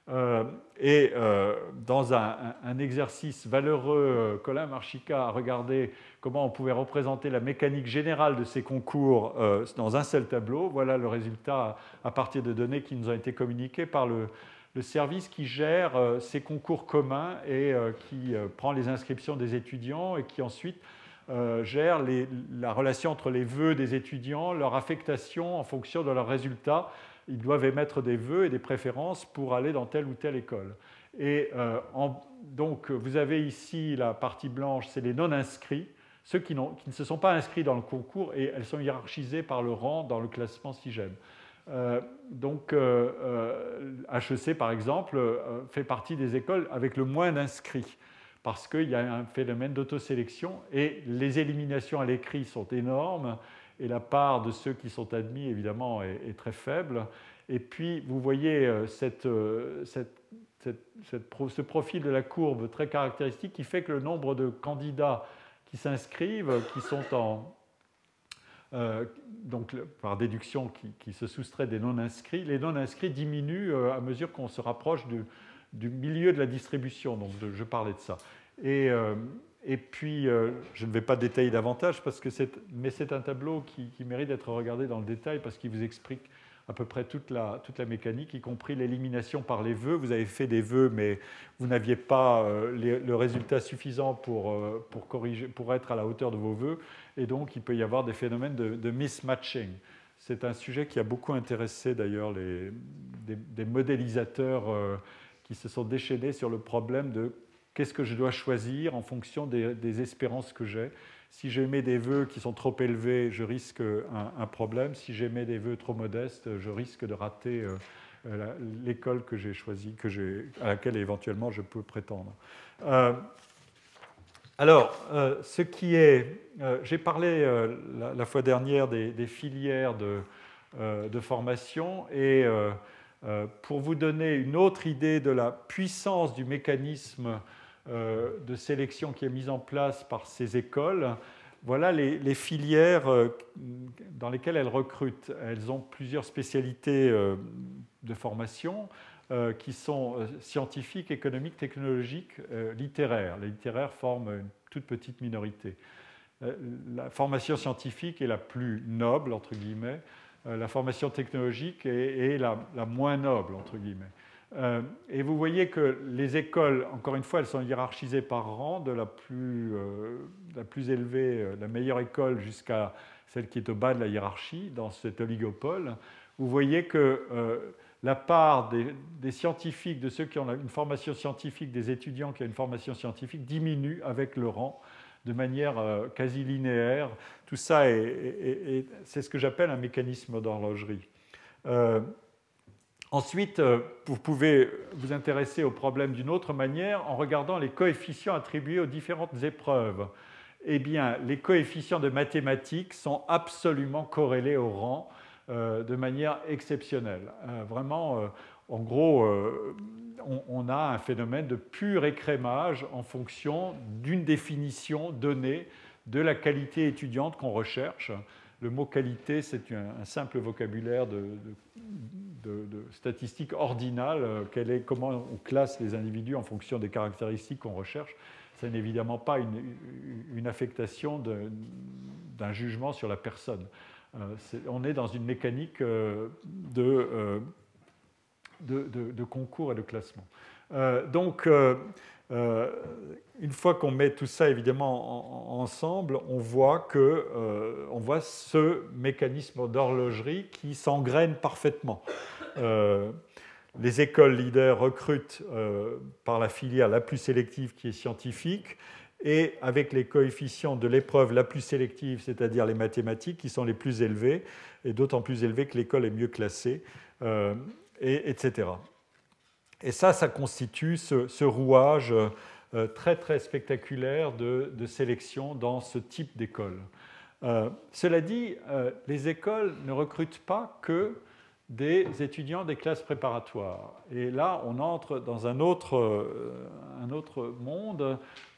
Speaker 2: Dans un exercice valeureux, Colin Marchica a regardé comment on pouvait représenter la mécanique générale de ces concours dans un seul tableau. Voilà le résultat à partir de données qui nous ont été communiquées par le service qui gère ces concours communs et qui prend les inscriptions des étudiants et qui ensuite gère la relation entre les vœux des étudiants, leur affectation en fonction de leurs résultats. Ils doivent émettre des vœux et des préférences pour aller dans telle ou telle école. Et donc, vous avez ici la partie blanche, c'est les non-inscrits, ceux qui ne se sont pas inscrits dans le concours, et elles sont hiérarchisées par le rang dans le classement SIGEM. Donc, HEC, par exemple, fait partie des écoles avec le moins d'inscrits, parce qu'il y a un phénomène d'autosélection, et les éliminations à l'écrit sont énormes, et la part de ceux qui sont admis, évidemment, est très faible. Et puis, vous voyez ce profil de la courbe très caractéristique qui fait que le nombre de candidats qui s'inscrivent, qui sont donc par déduction, qui se soustraient des non-inscrits, les non-inscrits diminuent à mesure qu'on se rapproche du milieu de la distribution. Donc, je parlais de ça. Et puis, je ne vais pas détailler davantage, mais c'est un tableau qui mérite d'être regardé dans le détail parce qu'il vous explique à peu près toute la mécanique, y compris l'élimination par les vœux. Vous avez fait des vœux, mais vous n'aviez pas le résultat suffisant pour être à la hauteur de vos vœux, et donc il peut y avoir des phénomènes de mismatching. C'est un sujet qui a beaucoup intéressé d'ailleurs des modélisateurs qui se sont déchaînés sur le problème de qu'est-ce que je dois choisir en fonction des espérances que j'ai. Si j'émets des vœux qui sont trop élevés, je risque un problème. Si j'émets des vœux trop modestes, je risque de rater l'école que j'ai choisie, à laquelle éventuellement je peux prétendre. Ce qui est... j'ai parlé la fois dernière des filières de formation, et pour vous donner une autre idée de la puissance du mécanisme de sélection qui est mise en place par ces écoles, voilà les filières dans lesquelles elles recrutent. Elles ont plusieurs spécialités de formation qui sont scientifiques, économiques, technologiques, littéraires. Les littéraires forment une toute petite minorité. La formation scientifique est la plus noble, entre guillemets. La formation technologique est la moins noble, entre guillemets. Et vous voyez que les écoles, encore une fois, elles sont hiérarchisées par rang, de la plus élevée, la meilleure école, jusqu'à celle qui est au bas de la hiérarchie, dans cet oligopole. Vous voyez que la part des scientifiques, de ceux qui ont une formation scientifique, des étudiants qui ont une formation scientifique, diminue avec le rang de manière quasi linéaire. Tout ça, c'est ce que j'appelle un mécanisme d'horlogerie. Ensuite, vous pouvez vous intéresser au problème d'une autre manière en regardant les coefficients attribués aux différentes épreuves. eh bien, les coefficients de mathématiques sont absolument corrélés au rang de manière exceptionnelle. Vraiment, en gros, on a un phénomène de pur écrémage en fonction d'une définition donnée de la qualité étudiante qu'on recherche. Le mot qualité, c'est un simple vocabulaire de statistique ordinale. Comment on classe les individus en fonction des caractéristiques qu'on recherche. Ce n'est évidemment pas une affectation d'un jugement sur la personne. On est dans une mécanique de concours et de classement. Donc, une fois qu'on met tout ça évidemment ensemble, on voit ce mécanisme d'horlogerie qui s'engraine parfaitement. Les écoles leaders recrutent par la filière la plus sélective qui est scientifique, et avec les coefficients de l'épreuve la plus sélective, c'est-à-dire les mathématiques, qui sont les plus élevés, et d'autant plus élevés que l'école est mieux classée, etc. Et ça constitue ce rouage très, très spectaculaire de sélection dans ce type d'école. Cela dit, les écoles ne recrutent pas que des étudiants des classes préparatoires. Et là, on entre dans un autre monde.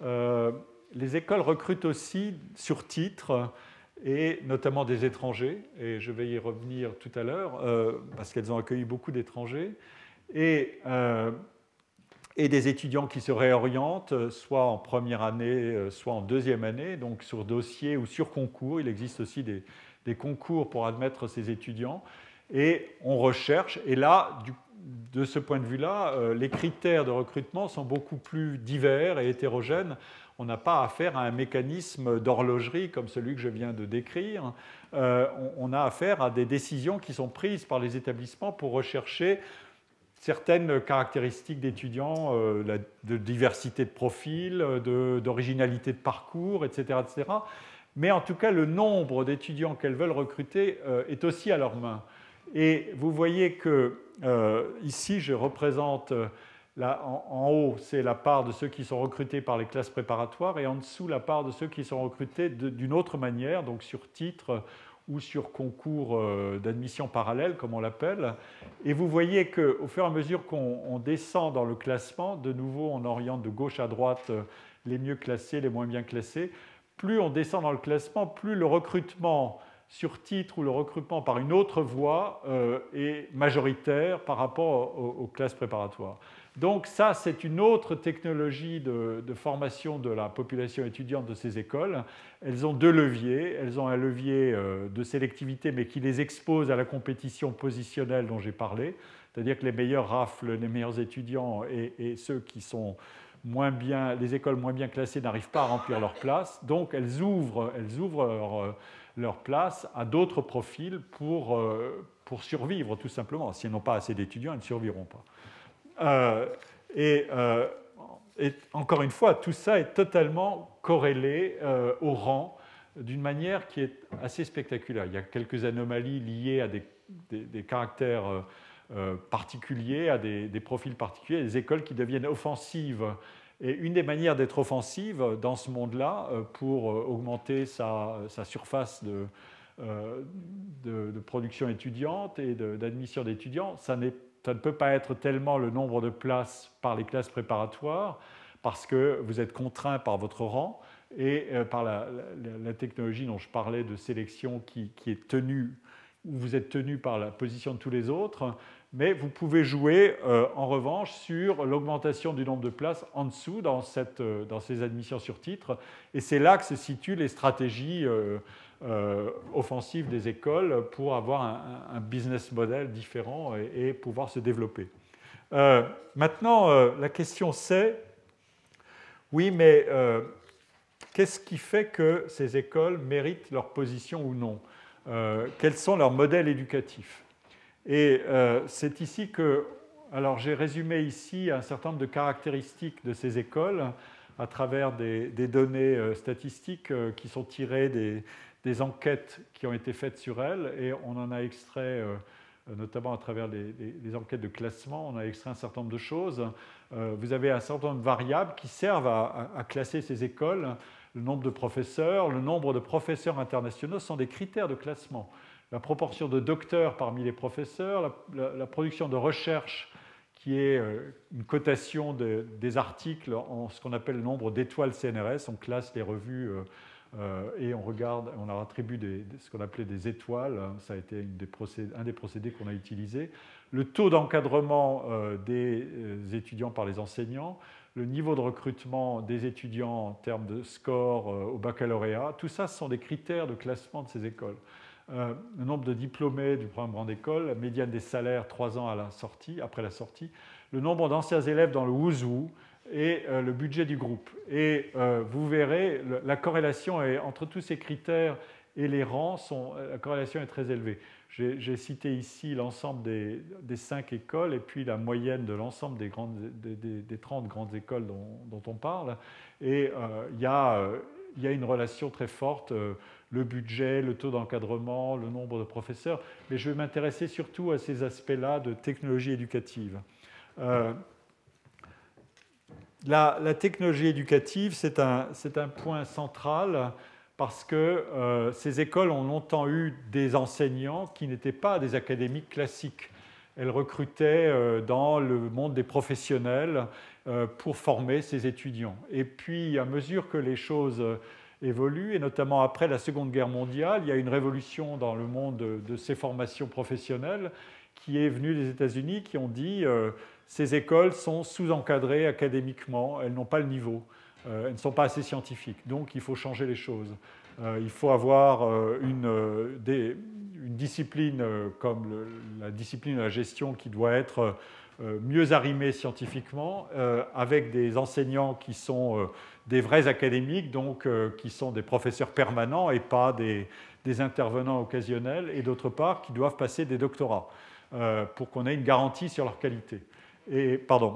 Speaker 2: Les écoles recrutent aussi sur titre, et notamment des étrangers, et je vais y revenir tout à l'heure, parce qu'elles ont accueilli beaucoup d'étrangers, et des étudiants qui se réorientent, soit en première année, soit en deuxième année, donc sur dossier ou sur concours. Il existe aussi des concours pour admettre ces étudiants. Et on recherche, et là, de ce point de vue-là, les critères de recrutement sont beaucoup plus divers et hétérogènes. On n'a pas affaire à un mécanisme d'horlogerie comme celui que je viens de décrire. On a affaire à des décisions qui sont prises par les établissements pour rechercher certaines caractéristiques d'étudiants, de diversité de profil, d'originalité de parcours, etc., etc. Mais en tout cas, le nombre d'étudiants qu'elles veulent recruter est aussi à leurs mains. Et vous voyez que ici, je représente, en haut, c'est la part de ceux qui sont recrutés par les classes préparatoires, et en dessous, la part de ceux qui sont recrutés d'une autre manière, donc sur titre ou sur concours d'admission parallèle, comme on l'appelle. Et vous voyez qu'au fur et à mesure qu'on descend dans le classement, de nouveau, on oriente de gauche à droite les mieux classés, les moins bien classés. Plus on descend dans le classement, plus le recrutement sur titre ou le recrutement par une autre voie est majoritaire par rapport aux classes préparatoires. Donc ça, c'est une autre technologie de formation de la population étudiante de ces écoles. Elles ont deux leviers. Elles ont un levier de sélectivité, mais qui les expose à la compétition positionnelle dont j'ai parlé, c'est-à-dire que les meilleurs raflent les meilleurs étudiants, et ceux qui sont moins bien, les écoles moins bien classées n'arrivent pas à remplir leur place. Donc elles ouvrent leur place à d'autres profils pour survivre, tout simplement. Si elles n'ont pas assez d'étudiants, elles ne survivront pas. Et encore une fois, tout ça est totalement corrélé au rang d'une manière qui est assez spectaculaire. Il y a quelques anomalies liées à des caractères particuliers, à des profils particuliers, des écoles qui deviennent offensives. Et une des manières d'être offensive dans ce monde-là, pour augmenter sa surface de production étudiante et d'admission d'étudiants, ça ne peut pas être tellement le nombre de places par les classes préparatoires, parce que vous êtes contraint par votre rang et par la technologie dont je parlais de sélection qui est tenue, où vous êtes tenu par la position de tous les autres, mais vous pouvez jouer en revanche sur l'augmentation du nombre de places en dessous dans ces admissions sur titre, et c'est là que se situent les stratégies offensives des écoles pour avoir un business model différent et pouvoir se développer. Maintenant, la question c'est, oui, mais qu'est-ce qui fait que ces écoles méritent leur position ou non ? Quels sont leurs modèles éducatifs ? Et c'est ici que, alors j'ai résumé ici un certain nombre de caractéristiques de ces écoles à travers des données statistiques qui sont tirées des enquêtes qui ont été faites sur elles, et on en a extrait, notamment à travers les enquêtes de classement, on a extrait un certain nombre de choses. Vous avez un certain nombre de variables qui servent à classer ces écoles. le nombre de professeurs internationaux sont des critères de classement. La proportion de docteurs parmi les professeurs, la production de recherche qui est une cotation des articles en ce qu'on appelle le nombre d'étoiles CNRS. On classe les revues et on leur attribue ce qu'on appelait des étoiles. Ça a été un des procédés qu'on a utilisés. Le taux d'encadrement des étudiants par les enseignants, le niveau de recrutement des étudiants en termes de score au baccalauréat, tout ça, ce sont des critères de classement de ces écoles. Le nombre de diplômés du programme Grande École, la médiane des salaires 3 ans après la sortie, le nombre d'anciens élèves dans le Wuzhou et le budget du groupe. Et vous verrez, la corrélation entre tous ces critères et les rangs, la corrélation est très élevée. J'ai cité ici l'ensemble des 5 écoles et puis la moyenne de l'ensemble des 30 grandes écoles dont on parle. Et il y a une relation très forte, le budget, le taux d'encadrement, le nombre de professeurs. Mais je vais m'intéresser surtout à ces aspects-là de technologie éducative. La technologie éducative, c'est un point central parce que ces écoles ont longtemps eu des enseignants qui n'étaient pas des académiques classiques. Elles recrutaient dans le monde des professionnels pour former ces étudiants. Et puis, à mesure que les choses évoluent, et notamment après la Seconde Guerre mondiale, il y a une révolution dans le monde de ces formations professionnelles qui est venue des États-Unis, qui ont dit ces écoles sont sous-encadrées académiquement, elles n'ont pas le niveau. Elles ne sont pas assez scientifiques, donc il faut changer les choses. Il faut avoir une discipline comme la discipline de la gestion qui doit être mieux arrimée scientifiquement, avec des enseignants qui sont des vrais académiques, donc qui sont des professeurs permanents et pas des intervenants occasionnels, et d'autre part qui doivent passer des doctorats pour qu'on ait une garantie sur leur qualité. Et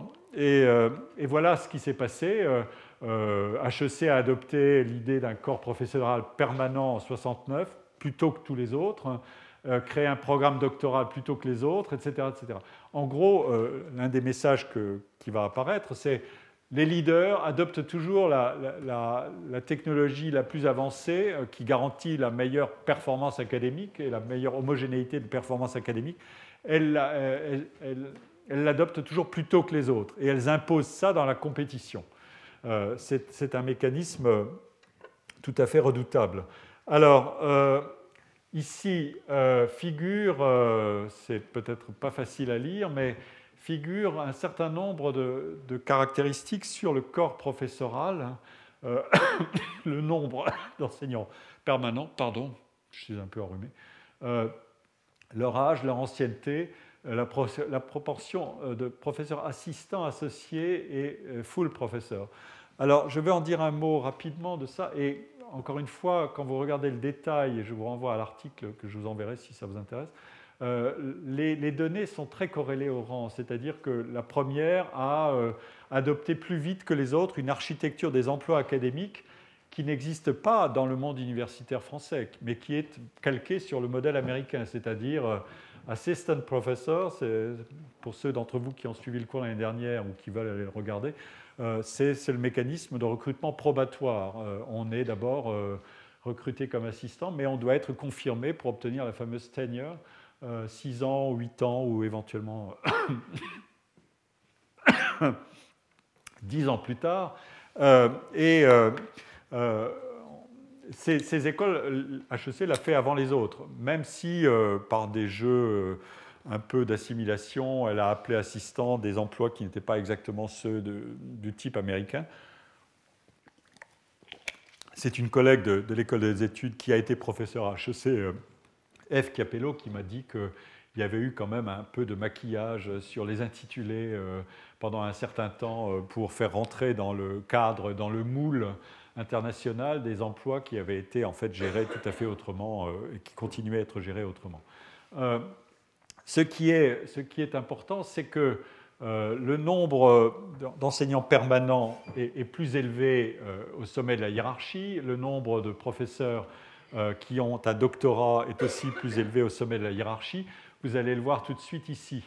Speaker 2: voilà ce qui s'est passé. HEC a adopté l'idée d'un corps professoral permanent en 1969, plutôt que tous les autres, créer un programme doctoral plutôt que les autres, etc. etc. En gros, l'un des messages qui va apparaître, c'est les leaders adoptent toujours la technologie la plus avancée qui garantit la meilleure performance académique et la meilleure homogénéité de performance académique. Elles l'adoptent toujours plus tôt que les autres et elles imposent ça dans la compétition. C'est un mécanisme tout à fait redoutable. Alors, ici figure, c'est peut-être pas facile à lire, mais figure un certain nombre de caractéristiques sur le corps professoral. Le nombre d'enseignants permanents, pardon, je suis un peu enrhumé, leur âge, leur ancienneté, la proportion de professeurs assistants, associés et full professeurs. Alors, je vais en dire un mot rapidement de ça. Et encore une fois, quand vous regardez le détail, et je vous renvoie à l'article que je vous enverrai si ça vous intéresse, les données sont très corrélées au rang. C'est-à-dire que la première a adopté plus vite que les autres une architecture des emplois académiques qui n'existe pas dans le monde universitaire français, mais qui est calquée sur le modèle américain, c'est-à-dire assistant professor, pour ceux d'entre vous qui ont suivi le cours l'année dernière ou qui veulent aller le regarder, c'est le mécanisme de recrutement probatoire. On est d'abord recruté comme assistant, mais on doit être confirmé pour obtenir la fameuse tenure, 6 ans, 8 ans ou éventuellement 10 ans plus tard. Ces écoles, HEC l'a fait avant les autres, même si par des jeux un peu d'assimilation, elle a appelé assistant des emplois qui n'étaient pas exactement ceux du type américain. C'est une collègue de l'école des études qui a été professeure à HEC, Eve Capello, qui m'a dit qu'il y avait eu quand même un peu de maquillage sur les intitulés pendant un certain temps pour faire rentrer dans le cadre, dans le moule international des emplois qui avaient été en fait gérés tout à fait autrement et qui continuaient à être gérés autrement. Ce qui est important, c'est que le nombre d'enseignants permanents est plus élevé au sommet de la hiérarchie, le nombre de professeurs qui ont un doctorat est aussi plus élevé au sommet de la hiérarchie. Vous allez le voir tout de suite ici.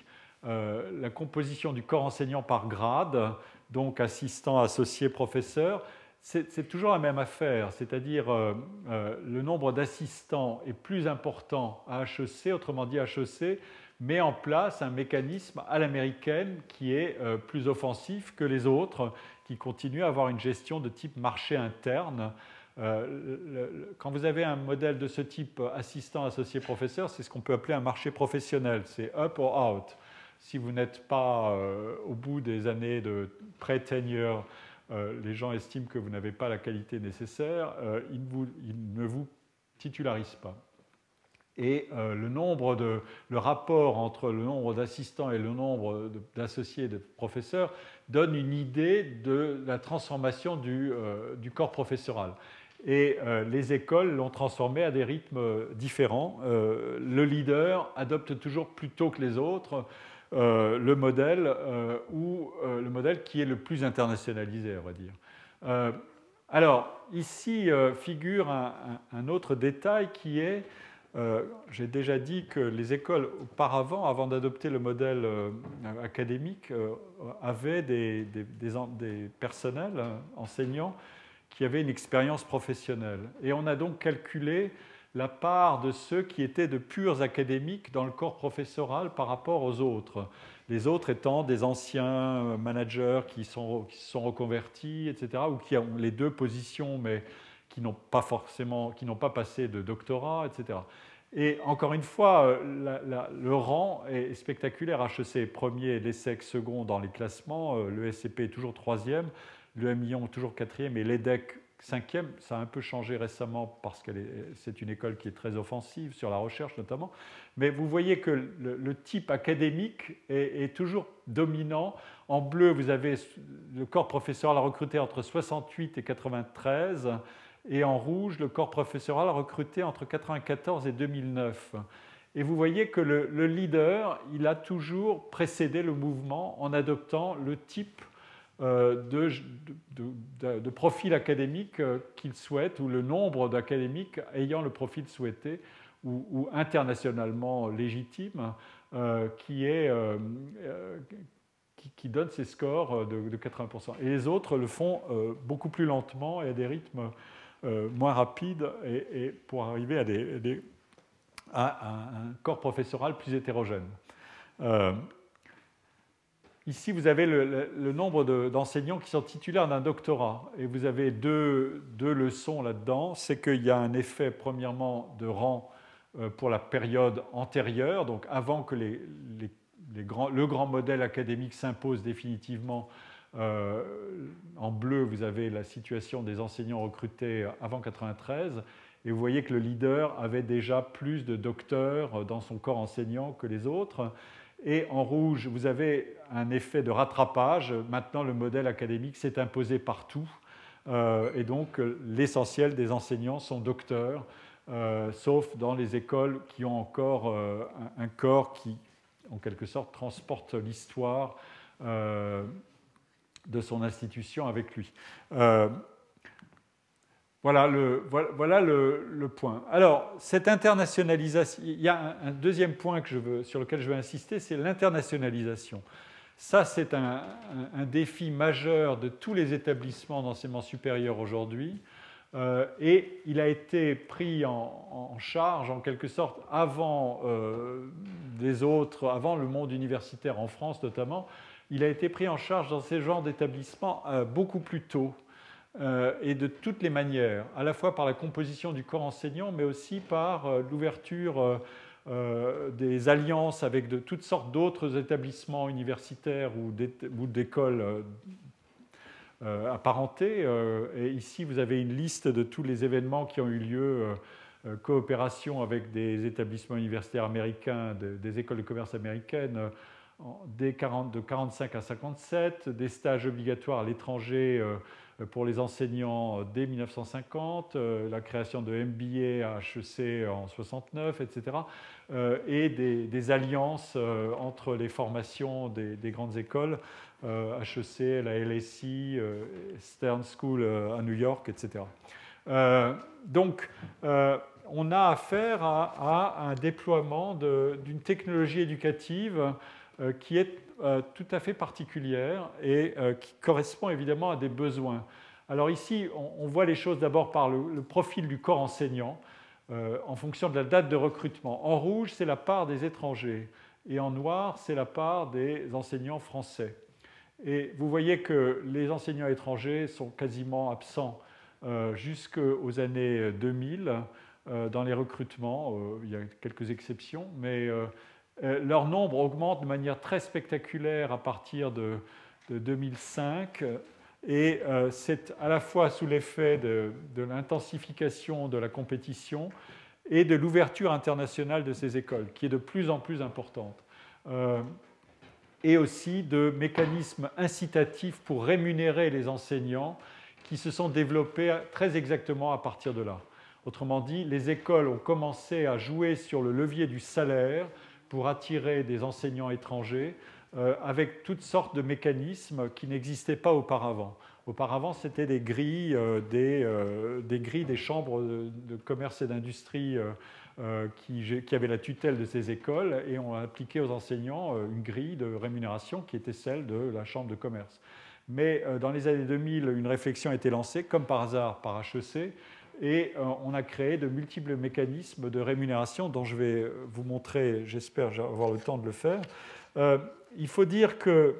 Speaker 2: La composition du corps enseignant par grade, donc assistant, associé, professeur, c'est toujours la même affaire, c'est-à-dire le nombre d'assistants est plus important à HEC, autrement dit HEC met en place un mécanisme à l'américaine qui est plus offensif que les autres, qui continuent à avoir une gestion de type marché interne. Quand vous avez un modèle de ce type assistant, associé, professeur, c'est ce qu'on peut appeler un marché professionnel, c'est up or out. Si vous n'êtes pas au bout des années de pré-tenure, les gens estiment que vous n'avez pas la qualité nécessaire, ils ne vous titularisent pas. Et le rapport entre le nombre d'assistants et le nombre d'associés et de professeurs donne une idée de la transformation du corps professoral. Et les écoles l'ont transformé à des rythmes différents. Le leader adopte toujours plus tôt que les autres le modèle qui est le plus internationalisé, à vrai dire. Alors, ici figure un autre détail qui est, j'ai déjà dit que les écoles auparavant, avant d'adopter le modèle académique, avaient des personnels enseignants qui avaient une expérience professionnelle. Et on a donc calculé la part de ceux qui étaient de purs académiques dans le corps professoral par rapport aux autres. Les autres étant des anciens managers qui se sont reconvertis, etc., ou qui ont les deux positions, mais qui n'ont pas passé de doctorat, etc. Et encore une fois, le rang est spectaculaire. HEC premier, l'ESSEC second dans les classements, le SCP est toujours troisième, le MION toujours quatrième et l'EDEC cinquième. Ça a un peu changé récemment parce que c'est une école qui est très offensive sur la recherche notamment. Mais vous voyez que le type académique est toujours dominant. En bleu, vous avez le corps professoral recruté entre 68 et 93. Et en rouge, le corps professoral recruté entre 1994 et 2009. Et vous voyez que le leader, il a toujours précédé le mouvement en adoptant le type de profil académique qu'il souhaite, ou le nombre d'académiques ayant le profil souhaité, ou internationalement légitime, qui donne ces scores de 80%. Et les autres le font beaucoup plus lentement et à des rythmes moins rapides, et pour arriver à un corps professoral plus hétérogène. Ici, vous avez le nombre d'enseignants qui sont titulaires d'un doctorat. Et vous avez deux leçons là-dedans. C'est qu'il y a un effet, premièrement, de rang pour la période antérieure, donc avant que le grand modèle académique s'impose définitivement. En bleu, vous avez la situation des enseignants recrutés avant 1993. Et vous voyez que le leader avait déjà plus de docteurs dans son corps enseignant que les autres. Et en rouge, vous avez un effet de rattrapage. Maintenant, le modèle académique s'est imposé partout. Et donc, l'essentiel des enseignants sont docteurs, sauf dans les écoles qui ont encore un corps qui, en quelque sorte, transporte l'histoire de son institution avec lui. Voilà le point. Alors, cette internationalisation, il y a un deuxième point sur lequel je veux insister, c'est l'internationalisation. Ça, c'est un défi majeur de tous les établissements d'enseignement supérieur aujourd'hui, et il a été pris en charge, en quelque sorte, avant les autres, avant le monde universitaire en France notamment. Il a été pris en charge dans ces genres d'établissements beaucoup plus tôt. Et de toutes les manières, à la fois par la composition du corps enseignant, mais aussi par l'ouverture des alliances avec toutes sortes d'autres établissements universitaires ou d'écoles apparentées. Et ici, vous avez une liste de tous les événements qui ont eu lieu, coopération avec des établissements universitaires américains, des écoles de commerce américaines, de 1945 à 1957, des stages obligatoires à l'étranger pour les enseignants dès 1950, la création de MBA à HEC en 1969, etc. Et des alliances entre les formations des grandes écoles, HEC, la LSI, Stern School à New York, etc. Donc, on a affaire à un déploiement d'une technologie éducative qui est tout à fait particulière et qui correspond évidemment à des besoins. Alors ici, on voit les choses d'abord par le profil du corps enseignant, en fonction de la date de recrutement. En rouge, c'est la part des étrangers, et en noir, c'est la part des enseignants français. Et vous voyez que les enseignants étrangers sont quasiment absents jusqu'aux années 2000 dans les recrutements. Il y a quelques exceptions, mais leur nombre augmente de manière très spectaculaire à partir de 2005. Et c'est à la fois sous l'effet de l'intensification de la compétition et de l'ouverture internationale de ces écoles, qui est de plus en plus importante. Et aussi de mécanismes incitatifs pour rémunérer les enseignants qui se sont développés très exactement à partir de là. Autrement dit, les écoles ont commencé à jouer sur le levier du salaire pour attirer des enseignants étrangers avec toutes sortes de mécanismes qui n'existaient pas auparavant. Auparavant, c'était des grilles, des grilles des chambres de commerce et d'industrie qui avaient la tutelle de ces écoles et ont appliqué aux enseignants une grille de rémunération qui était celle de la chambre de commerce. Mais dans les années 2000, une réflexion a été lancée, comme par hasard, par HEC, et on a créé de multiples mécanismes de rémunération dont je vais vous montrer, j'espère avoir le temps de le faire. Il faut dire que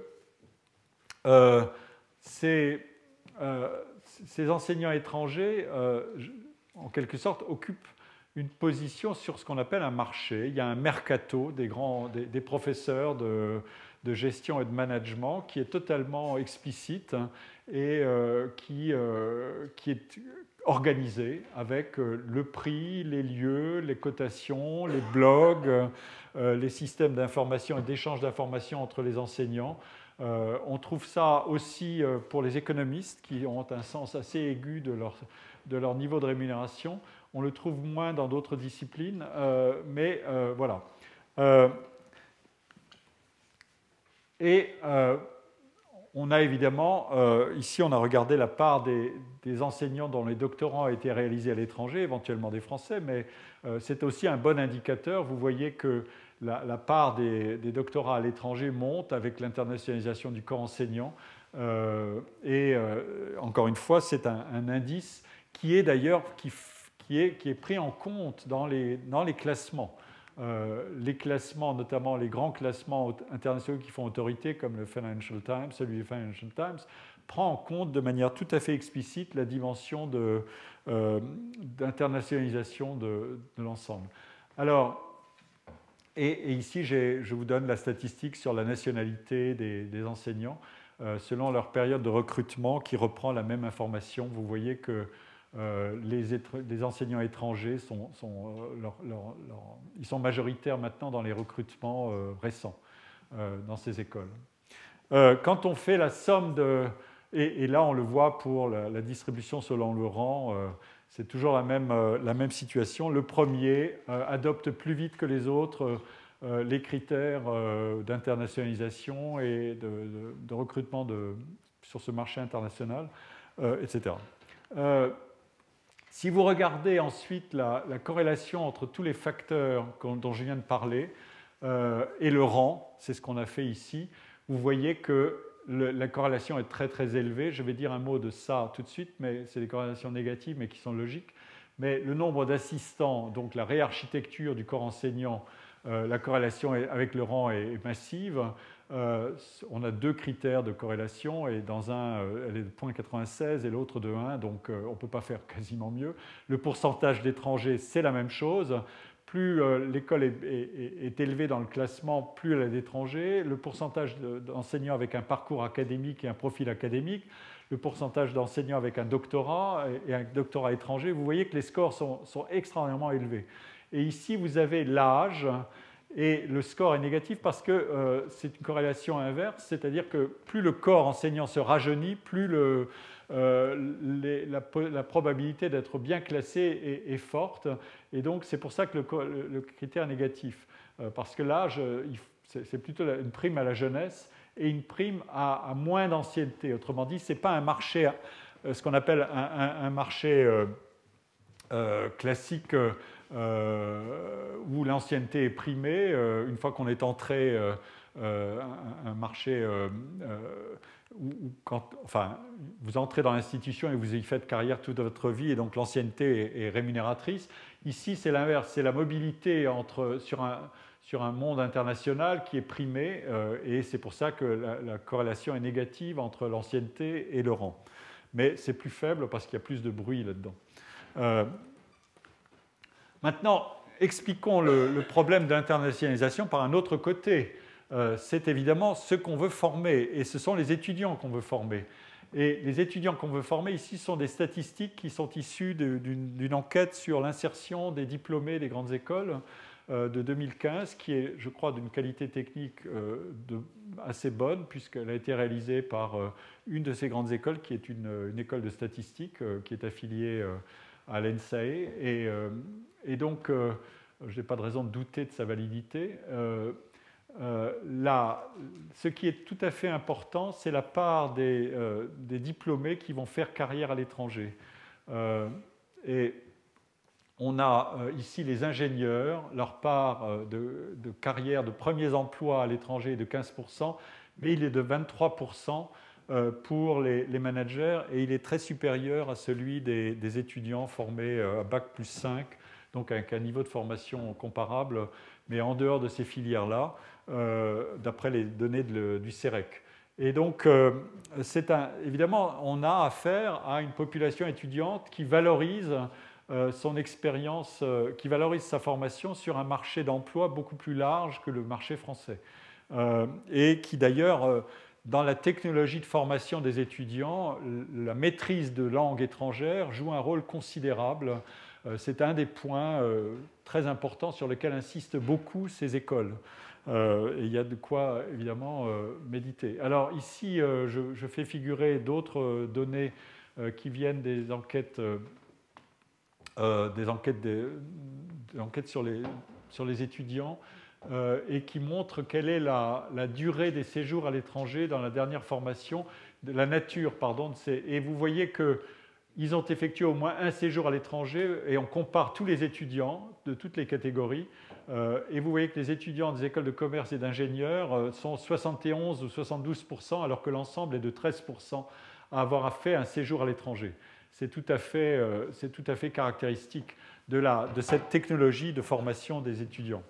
Speaker 2: ces enseignants étrangers, en quelque sorte, occupent une position sur ce qu'on appelle un marché. Il y a un mercato des professeurs de gestion et de management qui est totalement explicite et qui est organisé avec le prix, les lieux, les cotations, les blogs, les systèmes d'information et d'échange d'informations entre les enseignants. On trouve ça aussi pour les économistes qui ont un sens assez aigu de leur niveau de rémunération. On le trouve moins dans d'autres disciplines, mais voilà. On a évidemment, ici on a regardé la part des enseignants dont les doctorats ont été réalisés à l'étranger, éventuellement des Français, mais c'est aussi un bon indicateur. Vous voyez que la part des doctorats à l'étranger monte avec l'internationalisation du corps enseignant. Encore une fois, c'est un indice qui est d'ailleurs qui est pris en compte dans les classements. Les classements, notamment les grands classements internationaux qui font autorité, comme le Financial Times, celui du Financial Times, prend en compte de manière tout à fait explicite la dimension d'internationalisation de l'ensemble. Alors, et ici, je vous donne la statistique sur la nationalité des enseignants selon leur période de recrutement qui reprend la même information. Vous voyez que les enseignants étrangers ils sont majoritaires maintenant dans les recrutements récents dans ces écoles. Quand on fait la somme et là on le voit pour la distribution selon le rang, c'est toujours la même situation. Le premier adopte plus vite que les autres les critères d'internationalisation et de recrutement sur ce marché international, etc. Si vous regardez ensuite la corrélation entre tous les facteurs dont je viens de parler et le rang, c'est ce qu'on a fait ici, vous voyez que la corrélation est très très élevée. Je vais dire un mot de ça tout de suite, mais c'est des corrélations négatives mais qui sont logiques. Mais le nombre d'assistants, donc la réarchitecture du corps enseignant, la corrélation avec le rang est massive. On a deux critères de corrélation et dans un, elle est de 0,96 et l'autre de 1, donc on ne peut pas faire quasiment mieux. Le pourcentage d'étrangers, c'est la même chose. Plus l'école est élevée dans le classement, plus elle a d'étrangers. Le pourcentage d'enseignants avec un parcours académique et un profil académique, le pourcentage d'enseignants avec un doctorat et un doctorat étranger, vous voyez que les scores sont extraordinairement élevés. Et ici, vous avez l'âge. Et le score est négatif parce que c'est une corrélation inverse, c'est-à-dire que plus le corps enseignant se rajeunit, plus la probabilité d'être bien classé est forte. Et donc c'est pour ça que le critère est négatif, parce que l'âge, c'est plutôt une prime à la jeunesse et une prime à moins d'ancienneté. Autrement dit, ce n'est pas un marché, ce qu'on appelle un marché classique, où l'ancienneté est primée. Une fois qu'on est entré, un marché vous entrez dans l'institution et vous y faites carrière toute votre vie, et donc l'ancienneté est rémunératrice. Ici, c'est l'inverse, c'est la mobilité sur un monde international qui est primé, et c'est pour ça que la corrélation est négative entre l'ancienneté et le rang. Mais c'est plus faible parce qu'il y a plus de bruit là-dedans. Maintenant, expliquons le problème d'internationalisation par un autre côté. C'est évidemment ce qu'on veut former, et ce sont les étudiants qu'on veut former. Et les étudiants qu'on veut former ici sont des statistiques qui sont issues d'une enquête sur l'insertion des diplômés des grandes écoles de 2015, qui est, je crois, d'une qualité technique assez bonne, puisqu'elle a été réalisée par une de ces grandes écoles, qui est une école de statistique, qui est affiliée à l'ENSAE. Et donc, je n'ai pas de raison de douter de sa validité. Ce qui est tout à fait important, c'est la part des diplômés qui vont faire carrière à l'étranger. Et on a ici les ingénieurs, leur part de carrière, de premiers emplois à l'étranger est de 15%, mais il est de 23% pour les managers, et il est très supérieur à celui des étudiants formés à Bac plus 5, donc avec un niveau de formation comparable, mais en dehors de ces filières-là, d'après les données du CEREC. Et donc, évidemment, on a affaire à une population étudiante qui valorise son expérience, qui valorise sa formation sur un marché d'emploi beaucoup plus large que le marché français. Et qui d'ailleurs, dans la technologie de formation des étudiants, la maîtrise de langues étrangères joue un rôle considérable. C'est un des points très importants sur lesquels insistent beaucoup ces écoles. Et il y a de quoi, évidemment, méditer. Alors ici, je fais figurer d'autres données qui viennent des enquêtes sur les étudiants et qui montrent quelle est la durée des séjours à l'étranger dans la dernière formation, la nature, pardon. Et vous voyez qu'ils ont effectué au moins un séjour à l'étranger, et on compare tous les étudiants de toutes les catégories. Et vous voyez que les étudiants des écoles de commerce et d'ingénieurs sont 71 ou 72%, alors que l'ensemble est de 13% à avoir fait un séjour à l'étranger. C'est tout à fait caractéristique de cette technologie de formation des étudiants.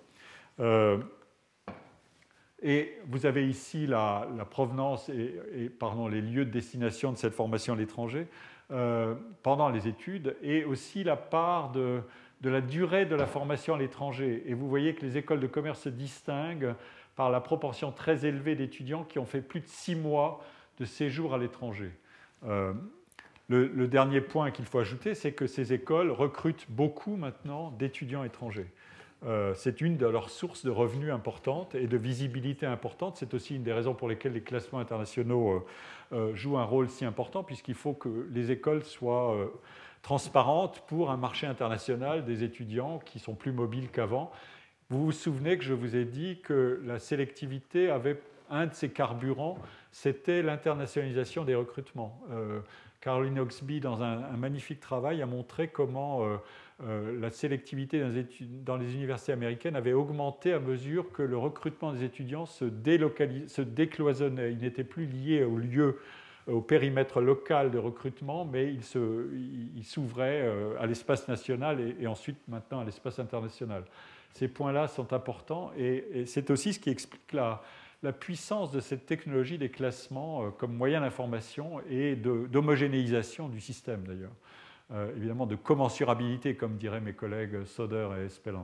Speaker 2: Et vous avez ici la provenance et les lieux de destination de cette formation à l'étranger pendant les études, et aussi la part de la durée de la formation à l'étranger. Et vous voyez que les écoles de commerce se distinguent par la proportion très élevée d'étudiants qui ont fait plus de 6 mois de séjour à l'étranger. Le dernier point qu'il faut ajouter, c'est que ces écoles recrutent beaucoup maintenant d'étudiants étrangers. C'est une de leurs sources de revenus importantes et de visibilité importante. C'est aussi une des raisons pour lesquelles les classements internationaux jouent un rôle si important, puisqu'il faut que les écoles soient transparentes pour un marché international des étudiants qui sont plus mobiles qu'avant. Vous vous souvenez que je vous ai dit que la sélectivité avait un de ses carburants, c'était l'internationalisation des recrutements. Caroline Oxby, dans un magnifique travail, a montré comment la sélectivité dans les universités américaines avait augmenté à mesure que le recrutement des étudiants se décloisonnait. Il n'était plus lié au périmètre local de recrutement, mais il s'ouvrait à l'espace national et ensuite maintenant à l'espace international. Ces points-là sont importants, et c'est aussi ce qui explique la puissance de cette technologie des classements comme moyen d'information et d'homogénéisation du système d'ailleurs. Évidemment de commensurabilité, comme diraient mes collègues Soder et Spelland.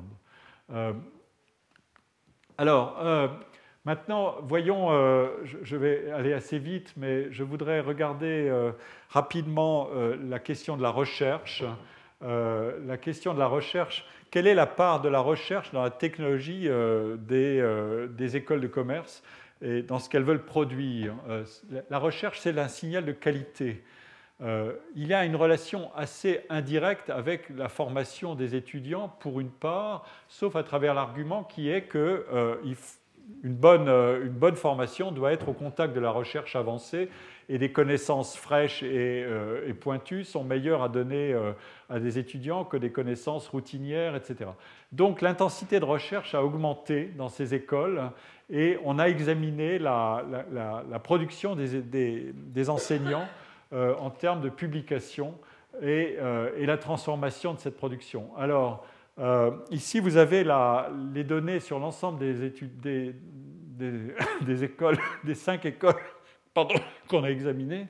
Speaker 2: Maintenant, voyons, je vais aller assez vite, mais je voudrais regarder rapidement la question de la recherche. La question de la recherche, quelle est la part de la recherche dans la technologie des écoles de commerce et dans ce qu'elles veulent produire? La recherche, c'est un signal de qualité. Il y a une relation assez indirecte avec la formation des étudiants, pour une part, sauf à travers l'argument qui est que une bonne formation doit être au contact de la recherche avancée, et des connaissances fraîches et pointues sont meilleures à donner à des étudiants que des connaissances routinières, etc. Donc l'intensité de recherche a augmenté dans ces écoles, et on a examiné la production des enseignants en termes de publication et la transformation de cette production. Alors, ici, vous avez les données sur l'ensemble des études des écoles, des 5 écoles qu'on a examinées.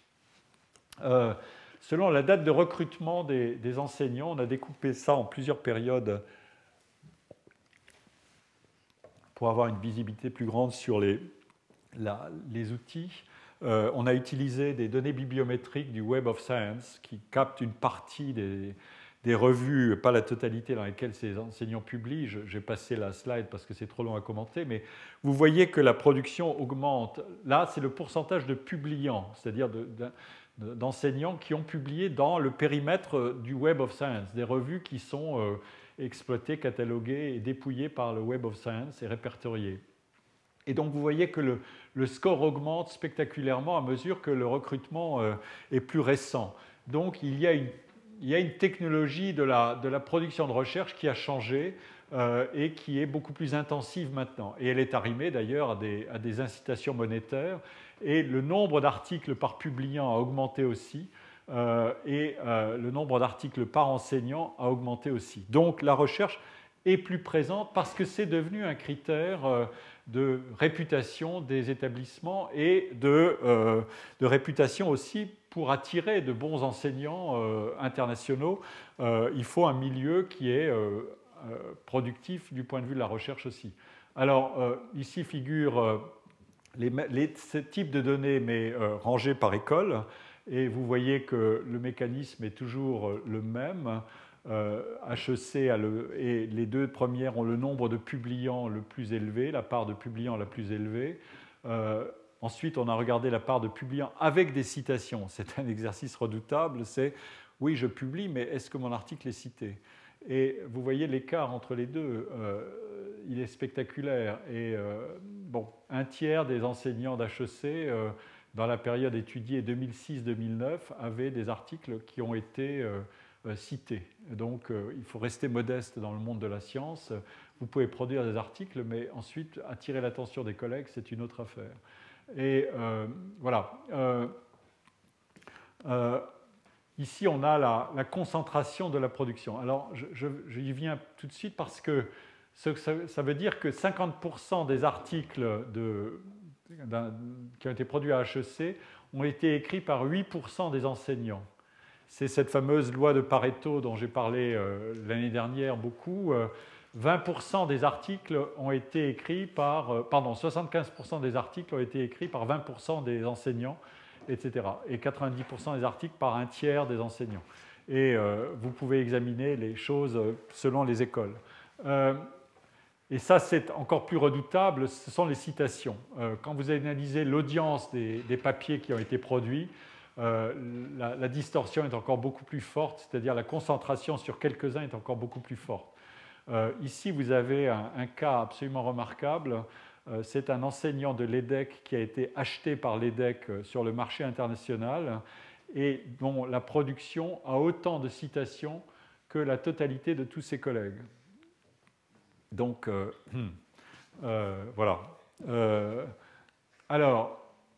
Speaker 2: Selon la date de recrutement des enseignants, on a découpé ça en plusieurs périodes pour avoir une visibilité plus grande sur les outils. On a utilisé des données bibliométriques du Web of Science qui captent une partie des revues, pas la totalité, dans lesquelles ces enseignants publient. J'ai passé la slide parce que c'est trop long à commenter, mais vous voyez que la production augmente. Là, c'est le pourcentage de publiants, c'est-à-dire d'enseignants qui ont publié dans le périmètre du Web of Science, des revues qui sont exploitées, cataloguées et dépouillées par le Web of Science et répertoriées. Et donc vous voyez que le score augmente spectaculairement à mesure que le recrutement est plus récent. Donc il y a une technologie de la production de recherche qui a changé et qui est beaucoup plus intensive maintenant. Et elle est arrimée d'ailleurs à des incitations monétaires. Et le nombre d'articles par publiant a augmenté aussi. Et le nombre d'articles par enseignant a augmenté aussi. Donc la recherche est plus présente parce que c'est devenu un critère de réputation des établissements et de réputation aussi pour attirer de bons enseignants internationaux. Il faut un milieu qui est productif du point de vue de la recherche aussi. Alors, ici figurent ces types de données, mais rangées par école. Et vous voyez que le mécanisme est toujours le même. HEC et les deux premières ont le nombre de publiants le plus élevé, la part de publiants la plus élevée. Ensuite, on a regardé la part de publiants avec des citations. C'est un exercice redoutable, c'est « oui, je publie, mais est-ce que mon article est cité ?» Et vous voyez l'écart entre les deux, il est spectaculaire. Et bon, un tiers des enseignants d'HEC, dans la période étudiée 2006-2009, avaient des articles qui ont été cités. Donc, il faut rester modeste dans le monde de la science. Vous pouvez produire des articles, mais ensuite, attirer l'attention des collègues, c'est une autre affaire. Et voilà. Ici, on a la concentration de la production. Alors, j'y viens tout de suite parce que ça veut dire que 50% des articles qui ont été produits à HEC ont été écrits par 8% des enseignants. C'est cette fameuse loi de Pareto dont j'ai parlé l'année dernière beaucoup. 20% des articles ont été écrits par... 75% des articles ont été écrits par 20% des enseignants, etc. Et 90% des articles par un tiers des enseignants. Et vous pouvez examiner les choses selon les écoles. Et ça, c'est encore plus redoutable, ce sont les citations. Quand vous analysez l'audience des papiers qui ont été produits, la distorsion est encore beaucoup plus forte, c'est-à-dire la concentration sur quelques-uns est encore beaucoup plus forte. Ici, vous avez un cas absolument remarquable. C'est un enseignant de l'EDEC qui a été acheté par l'EDEC sur le marché international et dont la production a autant de citations que la totalité de tous ses collègues. Donc, voilà. Alors,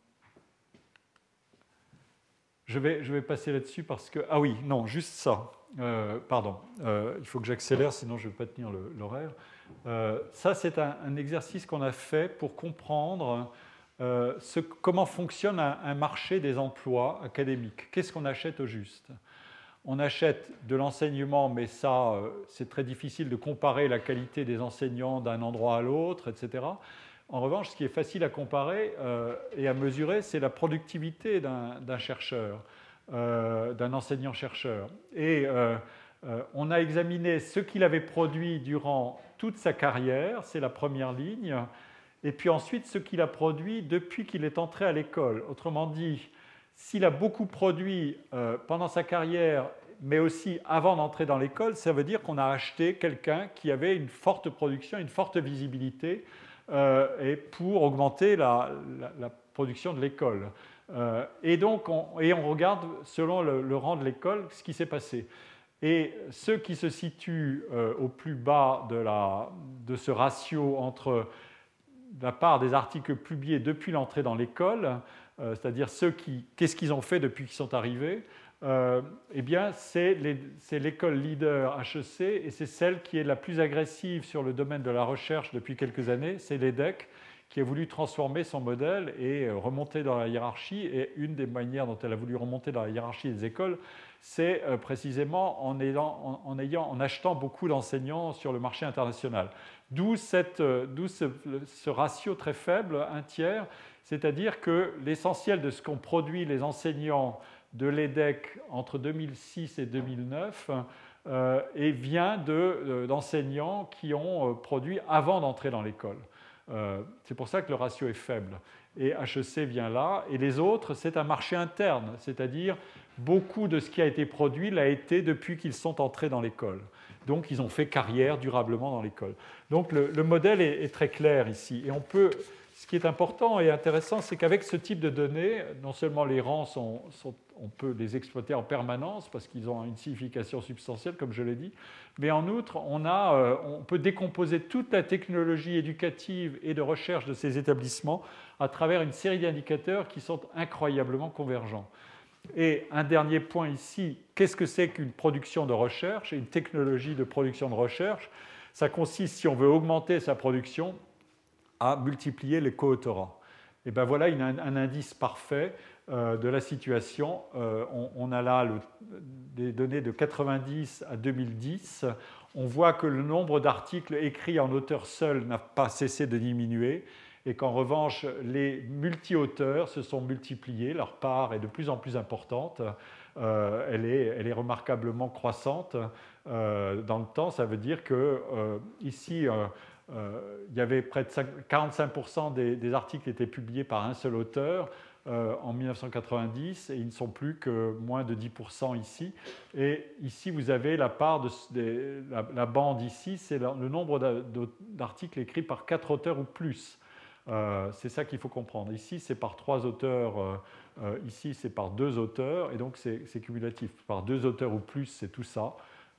Speaker 2: je vais passer là-dessus parce que... Ah oui, non, juste ça. Pardon, il faut que j'accélère, sinon je ne vais pas tenir l'horaire. Ça, c'est un exercice qu'on a fait pour comprendre comment fonctionne un marché des emplois académiques. Qu'est-ce qu'on achète au juste ? On achète de l'enseignement, mais ça, c'est très difficile de comparer la qualité des enseignants d'un endroit à l'autre, etc. En revanche, ce qui est facile à comparer et à mesurer, c'est la productivité d'un chercheur, d'un enseignant-chercheur. Et on a examiné ce qu'il avait produit durant toute sa carrière, c'est la première ligne, et puis ensuite ce qu'il a produit depuis qu'il est entré à l'école. Autrement dit, s'il a beaucoup produit pendant sa carrière, mais aussi avant d'entrer dans l'école, ça veut dire qu'on a acheté quelqu'un qui avait une forte production, une forte visibilité et pour augmenter la production de l'école. Et donc, on regarde, selon le rang de l'école, ce qui s'est passé. Et ceux qui se situent au plus bas de ce ratio entre la part des articles publiés depuis l'entrée dans l'école, c'est-à-dire qu'est-ce qu'ils ont fait depuis qu'ils sont arrivés, eh bien, c'est l'école leader HEC, et c'est celle qui est la plus agressive sur le domaine de la recherche depuis quelques années, c'est l'EDEC, qui a voulu transformer son modèle et remonter dans la hiérarchie. Et une des manières dont elle a voulu remonter dans la hiérarchie des écoles, c'est précisément en achetant beaucoup d'enseignants sur le marché international. D'où ce ratio très faible, 1/3, c'est-à-dire que l'essentiel de ce qu'ont produit les enseignants de l'EDEC entre 2006 et 2009 vient d'enseignants qui ont produit avant d'entrer dans l'école. C'est pour ça que le ratio est faible. Et HEC vient là. Et les autres, c'est un marché interne, c'est-à-dire beaucoup de ce qui a été produit l'a été depuis qu'ils sont entrés dans l'école. Donc, ils ont fait carrière durablement dans l'école. Donc, le modèle est très clair ici. Et ce qui est important et intéressant, c'est qu'avec ce type de données, non seulement les rangs on peut les exploiter en permanence parce qu'ils ont une signification substantielle, comme je l'ai dit, mais en outre, on peut décomposer toute la technologie éducative et de recherche de ces établissements à travers une série d'indicateurs qui sont incroyablement convergents. Et un dernier point ici, qu'est-ce que c'est qu'une production de recherche et une technologie de production de recherche? Ça consiste, si on veut augmenter sa production, à multiplier les coautorats. Et bien voilà un indice parfait de la situation. On a là des données de 90 à 2010. On voit que le nombre d'articles écrits en auteur seul n'a pas cessé de diminuer et qu'en revanche, les multi-auteurs se sont multipliés. Leur part est de plus en plus importante. Elle est remarquablement croissante dans le temps. Ça veut dire qu'ici, il y avait près de 45% des articles étaient publiés par un seul auteur en 1990 et ils ne sont plus que moins de 10% ici. Et ici, vous avez la part la bande ici, c'est le nombre d'articles écrits par 4 auteurs ou plus. C'est ça qu'il faut comprendre. Ici, c'est par 3 auteurs, ici, c'est par 2 auteurs, et donc c'est cumulatif. Par 2 auteurs ou plus, c'est tout ça.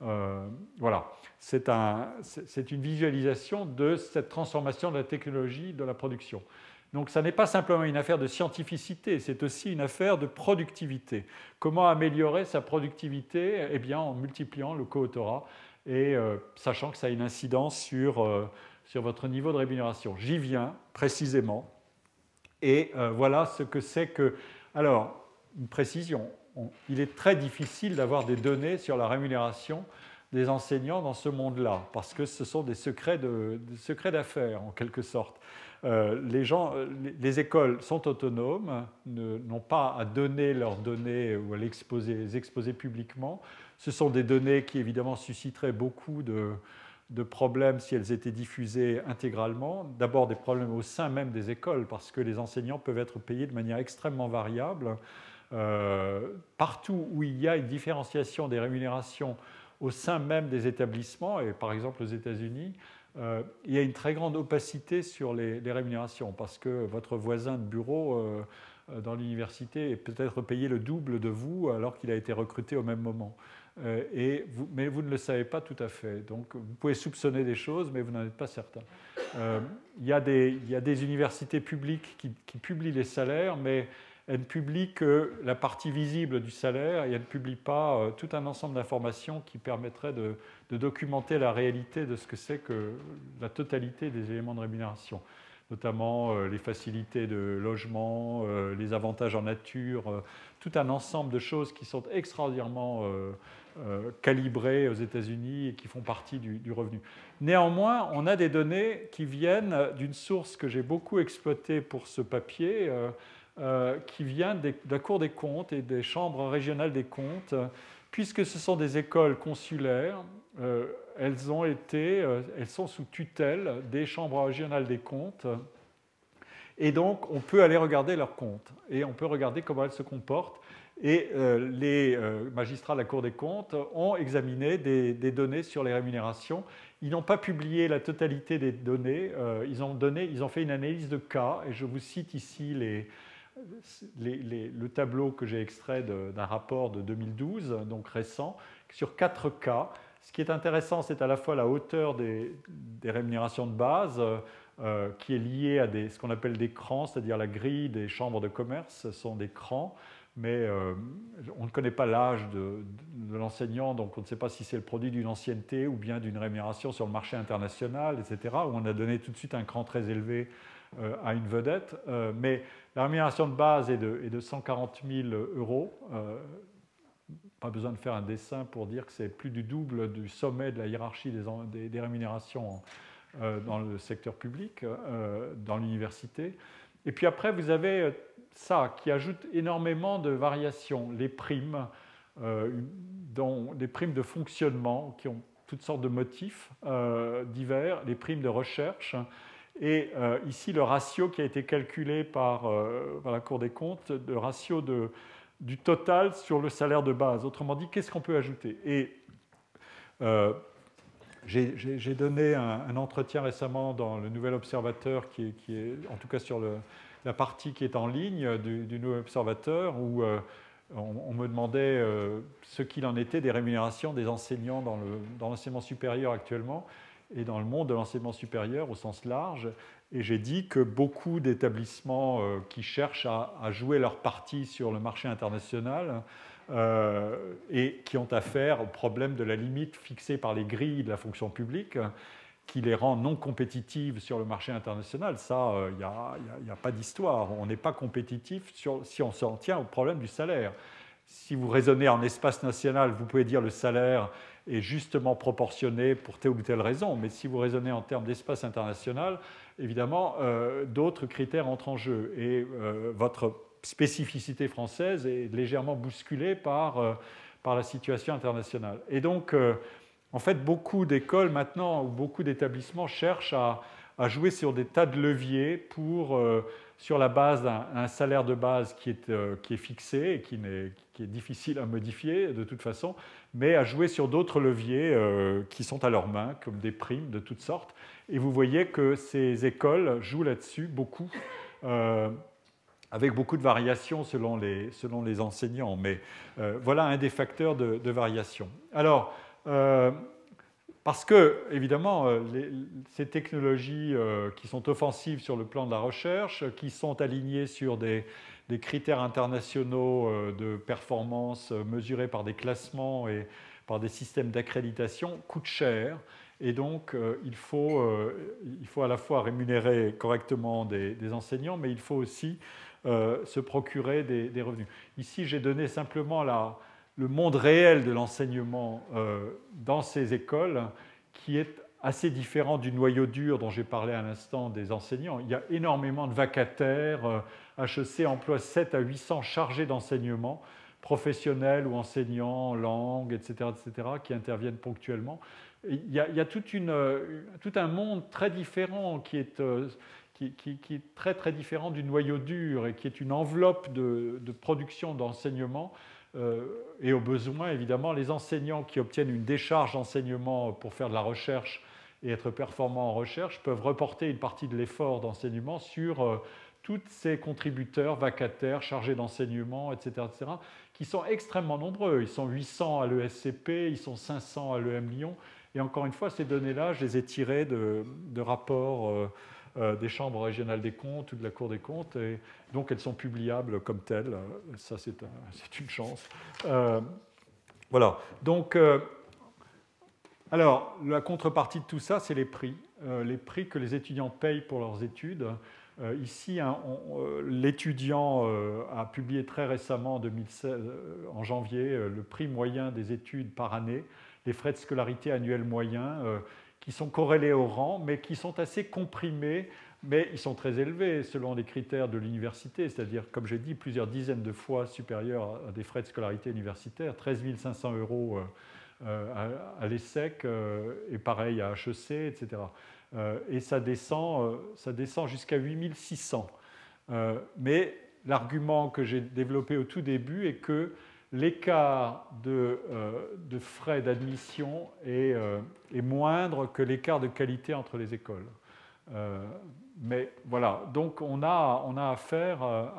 Speaker 2: Voilà, c'est une visualisation de cette transformation de la technologie de la production. Donc ça n'est pas simplement une affaire de scientificité, c'est aussi une affaire de productivité. Comment améliorer sa productivité? Eh bien, en multipliant le coautorat et sachant que ça a une incidence sur votre niveau de rémunération. J'y viens précisément. Et voilà ce que c'est que... Alors, une précision. Il est très difficile d'avoir des données sur la rémunération des enseignants dans ce monde-là, parce que ce sont des secrets d'affaires, en quelque sorte. Les écoles sont autonomes, n'ont pas à donner leurs données ou à les exposer publiquement. Ce sont des données qui, évidemment, susciteraient beaucoup de problèmes si elles étaient diffusées intégralement. D'abord, des problèmes au sein même des écoles, parce que les enseignants peuvent être payés de manière extrêmement variable. Partout où il y a une différenciation des rémunérations au sein même des établissements, et par exemple aux États-Unis, il y a une très grande opacité sur les rémunérations, parce que votre voisin de bureau dans l'université est peut-être payé le double de vous alors qu'il a été recruté au même moment. Mais vous ne le savez pas tout à fait. Donc vous pouvez soupçonner des choses, mais vous n'en êtes pas certain. Il y a des universités publiques qui publient les salaires, mais elles ne publient que la partie visible du salaire et elles ne publient pas tout un ensemble d'informations qui permettraient de documenter la réalité de ce que c'est que la totalité des éléments de rémunération, notamment les facilités de logement, les avantages en nature, tout un ensemble de choses qui sont extraordinairement calibrées aux États-Unis et qui font partie du revenu. Néanmoins, on a des données qui viennent d'une source que j'ai beaucoup exploitée pour ce papier, qui vient de la Cour des comptes et des chambres régionales des comptes, puisque ce sont des écoles consulaires, elles sont sous tutelle des chambres régionales des comptes, et donc on peut aller regarder leurs comptes, et on peut regarder comment elles se comportent, et les magistrats de la Cour des comptes ont examiné des données sur les rémunérations. Ils n'ont pas publié la totalité des données. Ils ont fait une analyse de cas, et je vous cite ici le tableau que j'ai extrait d'un rapport de 2012, donc récent, sur 4 cas. Ce qui est intéressant, c'est à la fois la hauteur des rémunérations de base, qui est liée à ce qu'on appelle des crans, c'est-à-dire la grille des chambres de commerce. Ce sont des crans, mais on ne connaît pas l'âge de l'enseignant, donc on ne sait pas si c'est le produit d'une ancienneté ou bien d'une rémunération sur le marché international, etc., où on a donné tout de suite un cran très élevé à une vedette. Mais la rémunération de base est de 140 000 €. Pas besoin de faire un dessin pour dire que c'est plus du double du sommet de la hiérarchie des rémunérations dans le secteur public, dans l'université. Et puis après, vous avez ça qui ajoute énormément de variations. Les primes, des primes de fonctionnement qui ont toutes sortes de motifs divers, les primes de recherche. Et ici, le ratio qui a été calculé par la Cour des comptes, le ratio du total sur le salaire de base. Autrement dit, qu'est-ce qu'on peut ajouter? Et j'ai donné un entretien récemment dans le Nouvel Observateur, qui est en tout cas sur la partie qui est en ligne du Nouvel Observateur, où on me demandait ce qu'il en était des rémunérations des enseignants dans l'enseignement supérieur actuellement et dans le monde de l'enseignement supérieur au sens large. Et j'ai dit que beaucoup d'établissements qui cherchent à jouer leur partie sur le marché international et qui ont affaire au problème de la limite fixée par les grilles de la fonction publique, qui les rend non compétitives sur le marché international, ça, il n'y a pas d'histoire. On n'est pas compétitif si on s'en tient au problème du salaire. Si vous raisonnez en espace national, vous pouvez dire le salaire est justement proportionné pour telle ou telle raison, mais si vous raisonnez en termes d'espace international, évidemment, d'autres critères entrent en jeu. Et votre spécificité française est légèrement bousculée par la situation internationale. Et donc, en fait, beaucoup d'écoles maintenant, ou beaucoup d'établissements cherchent à jouer sur des tas de leviers pour, sur la base d'un salaire de base qui est fixé et qui est difficile à modifier de toute façon, mais à jouer sur d'autres leviers qui sont à leur main, comme des primes de toutes sortes. Et vous voyez que ces écoles jouent là-dessus beaucoup, avec beaucoup de variations selon les enseignants. Mais voilà un des facteurs de variation. Alors, parce que, évidemment, ces technologies qui sont offensives sur le plan de la recherche, qui sont alignées sur des critères internationaux de performance mesurés par des classements et par des systèmes d'accréditation, coûtent cher. Et donc, il faut à la fois rémunérer correctement des enseignants, mais il faut aussi se procurer des revenus. Ici, j'ai donné simplement le monde réel de l'enseignement dans ces écoles, qui est assez différent du noyau dur dont j'ai parlé à l'instant des enseignants. Il y a énormément de vacataires. HEC emploie 700 à 800 chargés d'enseignement, professionnels ou enseignants, langues, etc., qui interviennent ponctuellement. Il y a tout un monde très différent qui est très, très différent du noyau dur et qui est une enveloppe de production d'enseignement. Et au besoin, évidemment, les enseignants qui obtiennent une décharge d'enseignement pour faire de la recherche et être performants en recherche peuvent reporter une partie de l'effort d'enseignement sur tous ces contributeurs vacataires, chargés d'enseignement, etc., qui sont extrêmement nombreux. Ils sont 800 à l'ESCP, ils sont 500 à l'EM Lyon. Et encore une fois, ces données-là, je les ai tirées de rapports des chambres régionales des comptes ou de la Cour des comptes, et donc elles sont publiables comme telles. Ça, c'est une chance. Voilà. Donc, alors, la contrepartie de tout ça, c'est les prix que les étudiants payent pour leurs études. Ici, l'étudiant a publié très récemment, en janvier, le prix moyen des études par année, les frais de scolarité annuels moyens, qui sont corrélés au rang, mais qui sont assez comprimés, mais ils sont très élevés selon les critères de l'université, c'est-à-dire, comme j'ai dit, plusieurs dizaines de fois supérieurs à des frais de scolarité universitaire, 13 500 € à l'ESSEC, et pareil à HEC, etc. Et ça descend jusqu'à 8 600. Mais l'argument que j'ai développé au tout début est que l'écart de frais d'admission est moindre que l'écart de qualité entre les écoles. Mais voilà, donc on a affaire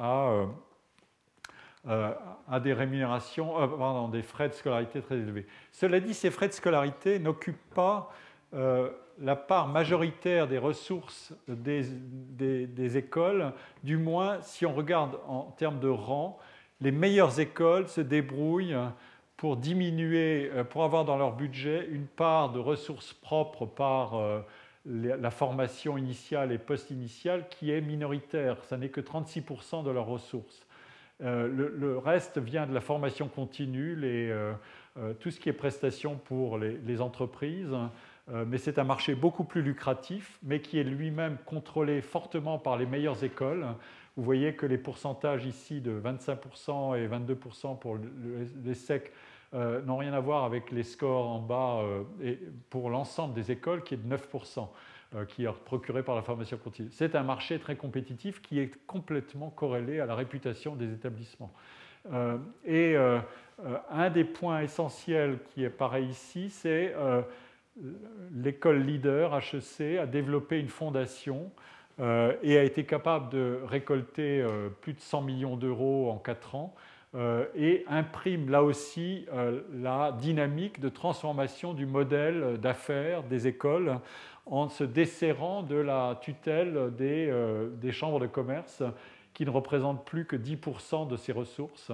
Speaker 2: à des rémunérations, des frais de scolarité très élevés. Cela dit, ces frais de scolarité n'occupent pas la part majoritaire des ressources des écoles, du moins si on regarde en termes de rang. Les meilleures écoles se débrouillent pour diminuer, pour avoir dans leur budget une part de ressources propres par la formation initiale et post-initiale qui est minoritaire. Ça n'est que 36% de leurs ressources. Le reste vient de la formation continue, tout ce qui est prestations pour les entreprises, mais c'est un marché beaucoup plus lucratif, mais qui est lui-même contrôlé fortement par les meilleures écoles. Vous voyez que les pourcentages ici de 25% et 22% pour l'ESSEC n'ont rien à voir avec les scores en bas et pour l'ensemble des écoles qui est de 9%. Qui est procuré par la formation continue. C'est un marché très compétitif qui est complètement corrélé à la réputation des établissements. Un des points essentiels qui est pareil ici, c'est l'école leader, HEC, a développé une fondation et a été capable de récolter plus de 100 millions d'euros en 4 ans et imprime là aussi la dynamique de transformation du modèle d'affaires des écoles en se desserrant de la tutelle des chambres de commerce qui ne représentent plus que 10% de ses ressources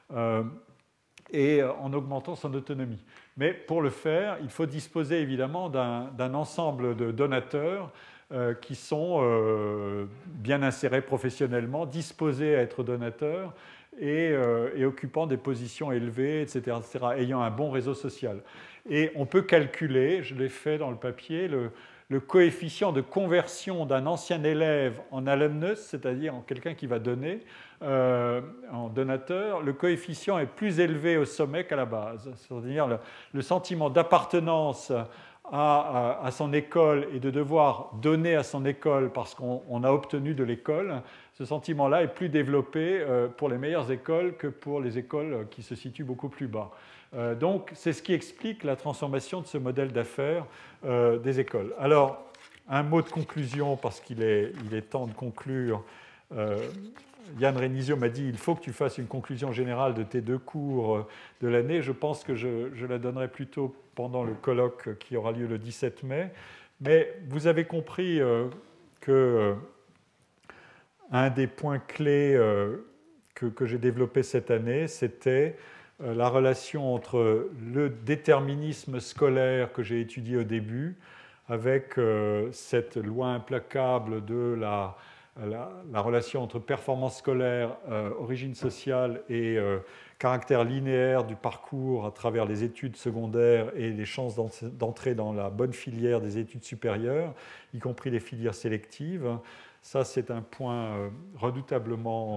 Speaker 2: et en augmentant son autonomie. Mais pour le faire, il faut disposer évidemment d'un ensemble de donateurs qui sont bien insérés professionnellement, disposés à être donateurs et occupant des positions élevées, etc., ayant un bon réseau social. Et on peut calculer, je l'ai fait dans le papier, le coefficient de conversion d'un ancien élève en alumnus, c'est-à-dire en quelqu'un qui va donner, en donateur, le coefficient est plus élevé au sommet qu'à la base. C'est-à-dire le sentiment d'appartenance à son école et de devoir donner à son école parce qu'on a obtenu de l'école, ce sentiment-là est plus développé pour les meilleures écoles que pour les écoles qui se situent beaucoup plus bas. Donc, c'est ce qui explique la transformation de ce modèle d'affaires des écoles. Alors, un mot de conclusion, parce qu'il est temps de conclure. Yann Renizio m'a dit « il faut que tu fasses une conclusion générale de tes 2 cours de l'année ». Je pense que je la donnerai plutôt pendant le colloque qui aura lieu le 17 mai. Mais vous avez compris que un des points clés que j'ai développé cette année, c'était la relation entre le déterminisme scolaire que j'ai étudié au début, avec cette loi implacable de la relation entre performance scolaire, origine sociale et caractère linéaire du parcours à travers les études secondaires et les chances d'entrer dans la bonne filière des études supérieures, y compris les filières sélectives. Ça, c'est un point redoutablement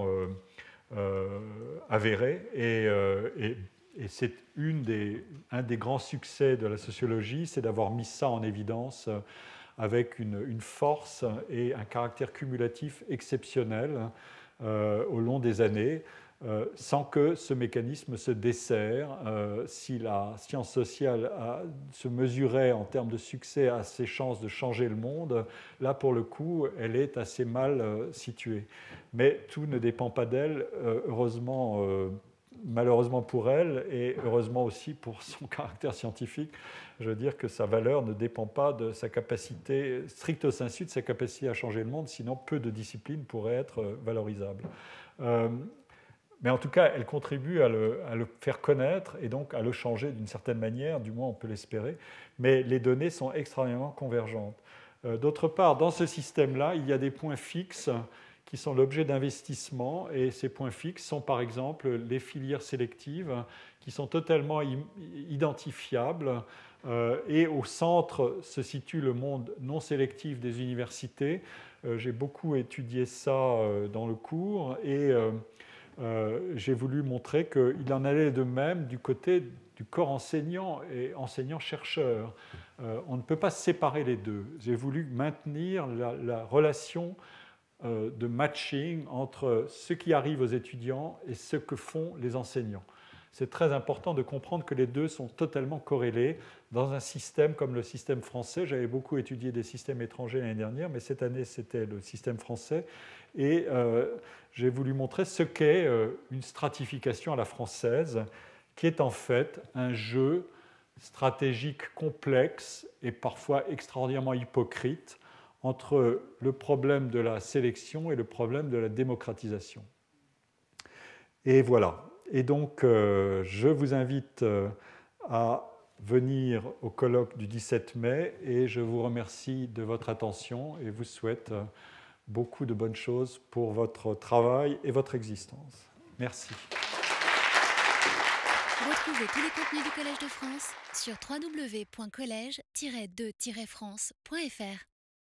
Speaker 2: avéré et c'est un des grands succès de la sociologie, c'est d'avoir mis ça en évidence avec une force et un caractère cumulatif exceptionnel au long des années, sans que ce mécanisme se dessert. Si la science sociale se mesurait en termes de succès à ses chances de changer le monde, là, pour le coup, elle est assez mal située. Mais tout ne dépend pas d'elle, heureusement, malheureusement pour elle, et heureusement aussi pour son caractère scientifique. Je veux dire que sa valeur ne dépend pas de sa capacité, stricto sensu, de sa capacité à changer le monde, sinon peu de disciplines pourraient être valorisables. Mais en tout cas, elle contribue à le faire connaître et donc à le changer d'une certaine manière, du moins on peut l'espérer. Mais les données sont extrêmement convergentes. D'autre part, dans ce système-là, il y a des points fixes qui sont l'objet d'investissement, et ces points fixes sont par exemple les filières sélectives qui sont totalement identifiables, et au centre se situe le monde non sélectif des universités. J'ai beaucoup étudié ça dans le cours, et j'ai voulu montrer qu'il en allait de même du côté du corps enseignant et enseignant-chercheur. On ne peut pas séparer les deux. J'ai voulu maintenir la relation de matching entre ce qui arrive aux étudiants et ce que font les enseignants. c'est très important de comprendre que les deux sont totalement corrélés dans un système comme le système français. J'avais beaucoup étudié des systèmes étrangers l'année dernière, mais cette année, c'était le système français. Et j'ai voulu montrer ce qu'est une stratification à la française, qui est en fait un jeu stratégique complexe et parfois extraordinairement hypocrite entre le problème de la sélection et le problème de la démocratisation. Et voilà. Et donc, je vous invite à venir au colloque du 17 mai et je vous remercie de votre attention et vous souhaite beaucoup de bonnes choses pour votre travail et votre existence. Merci.
Speaker 1: Retrouvez tous les contenus du Collège de France sur www.collège-2-france.fr.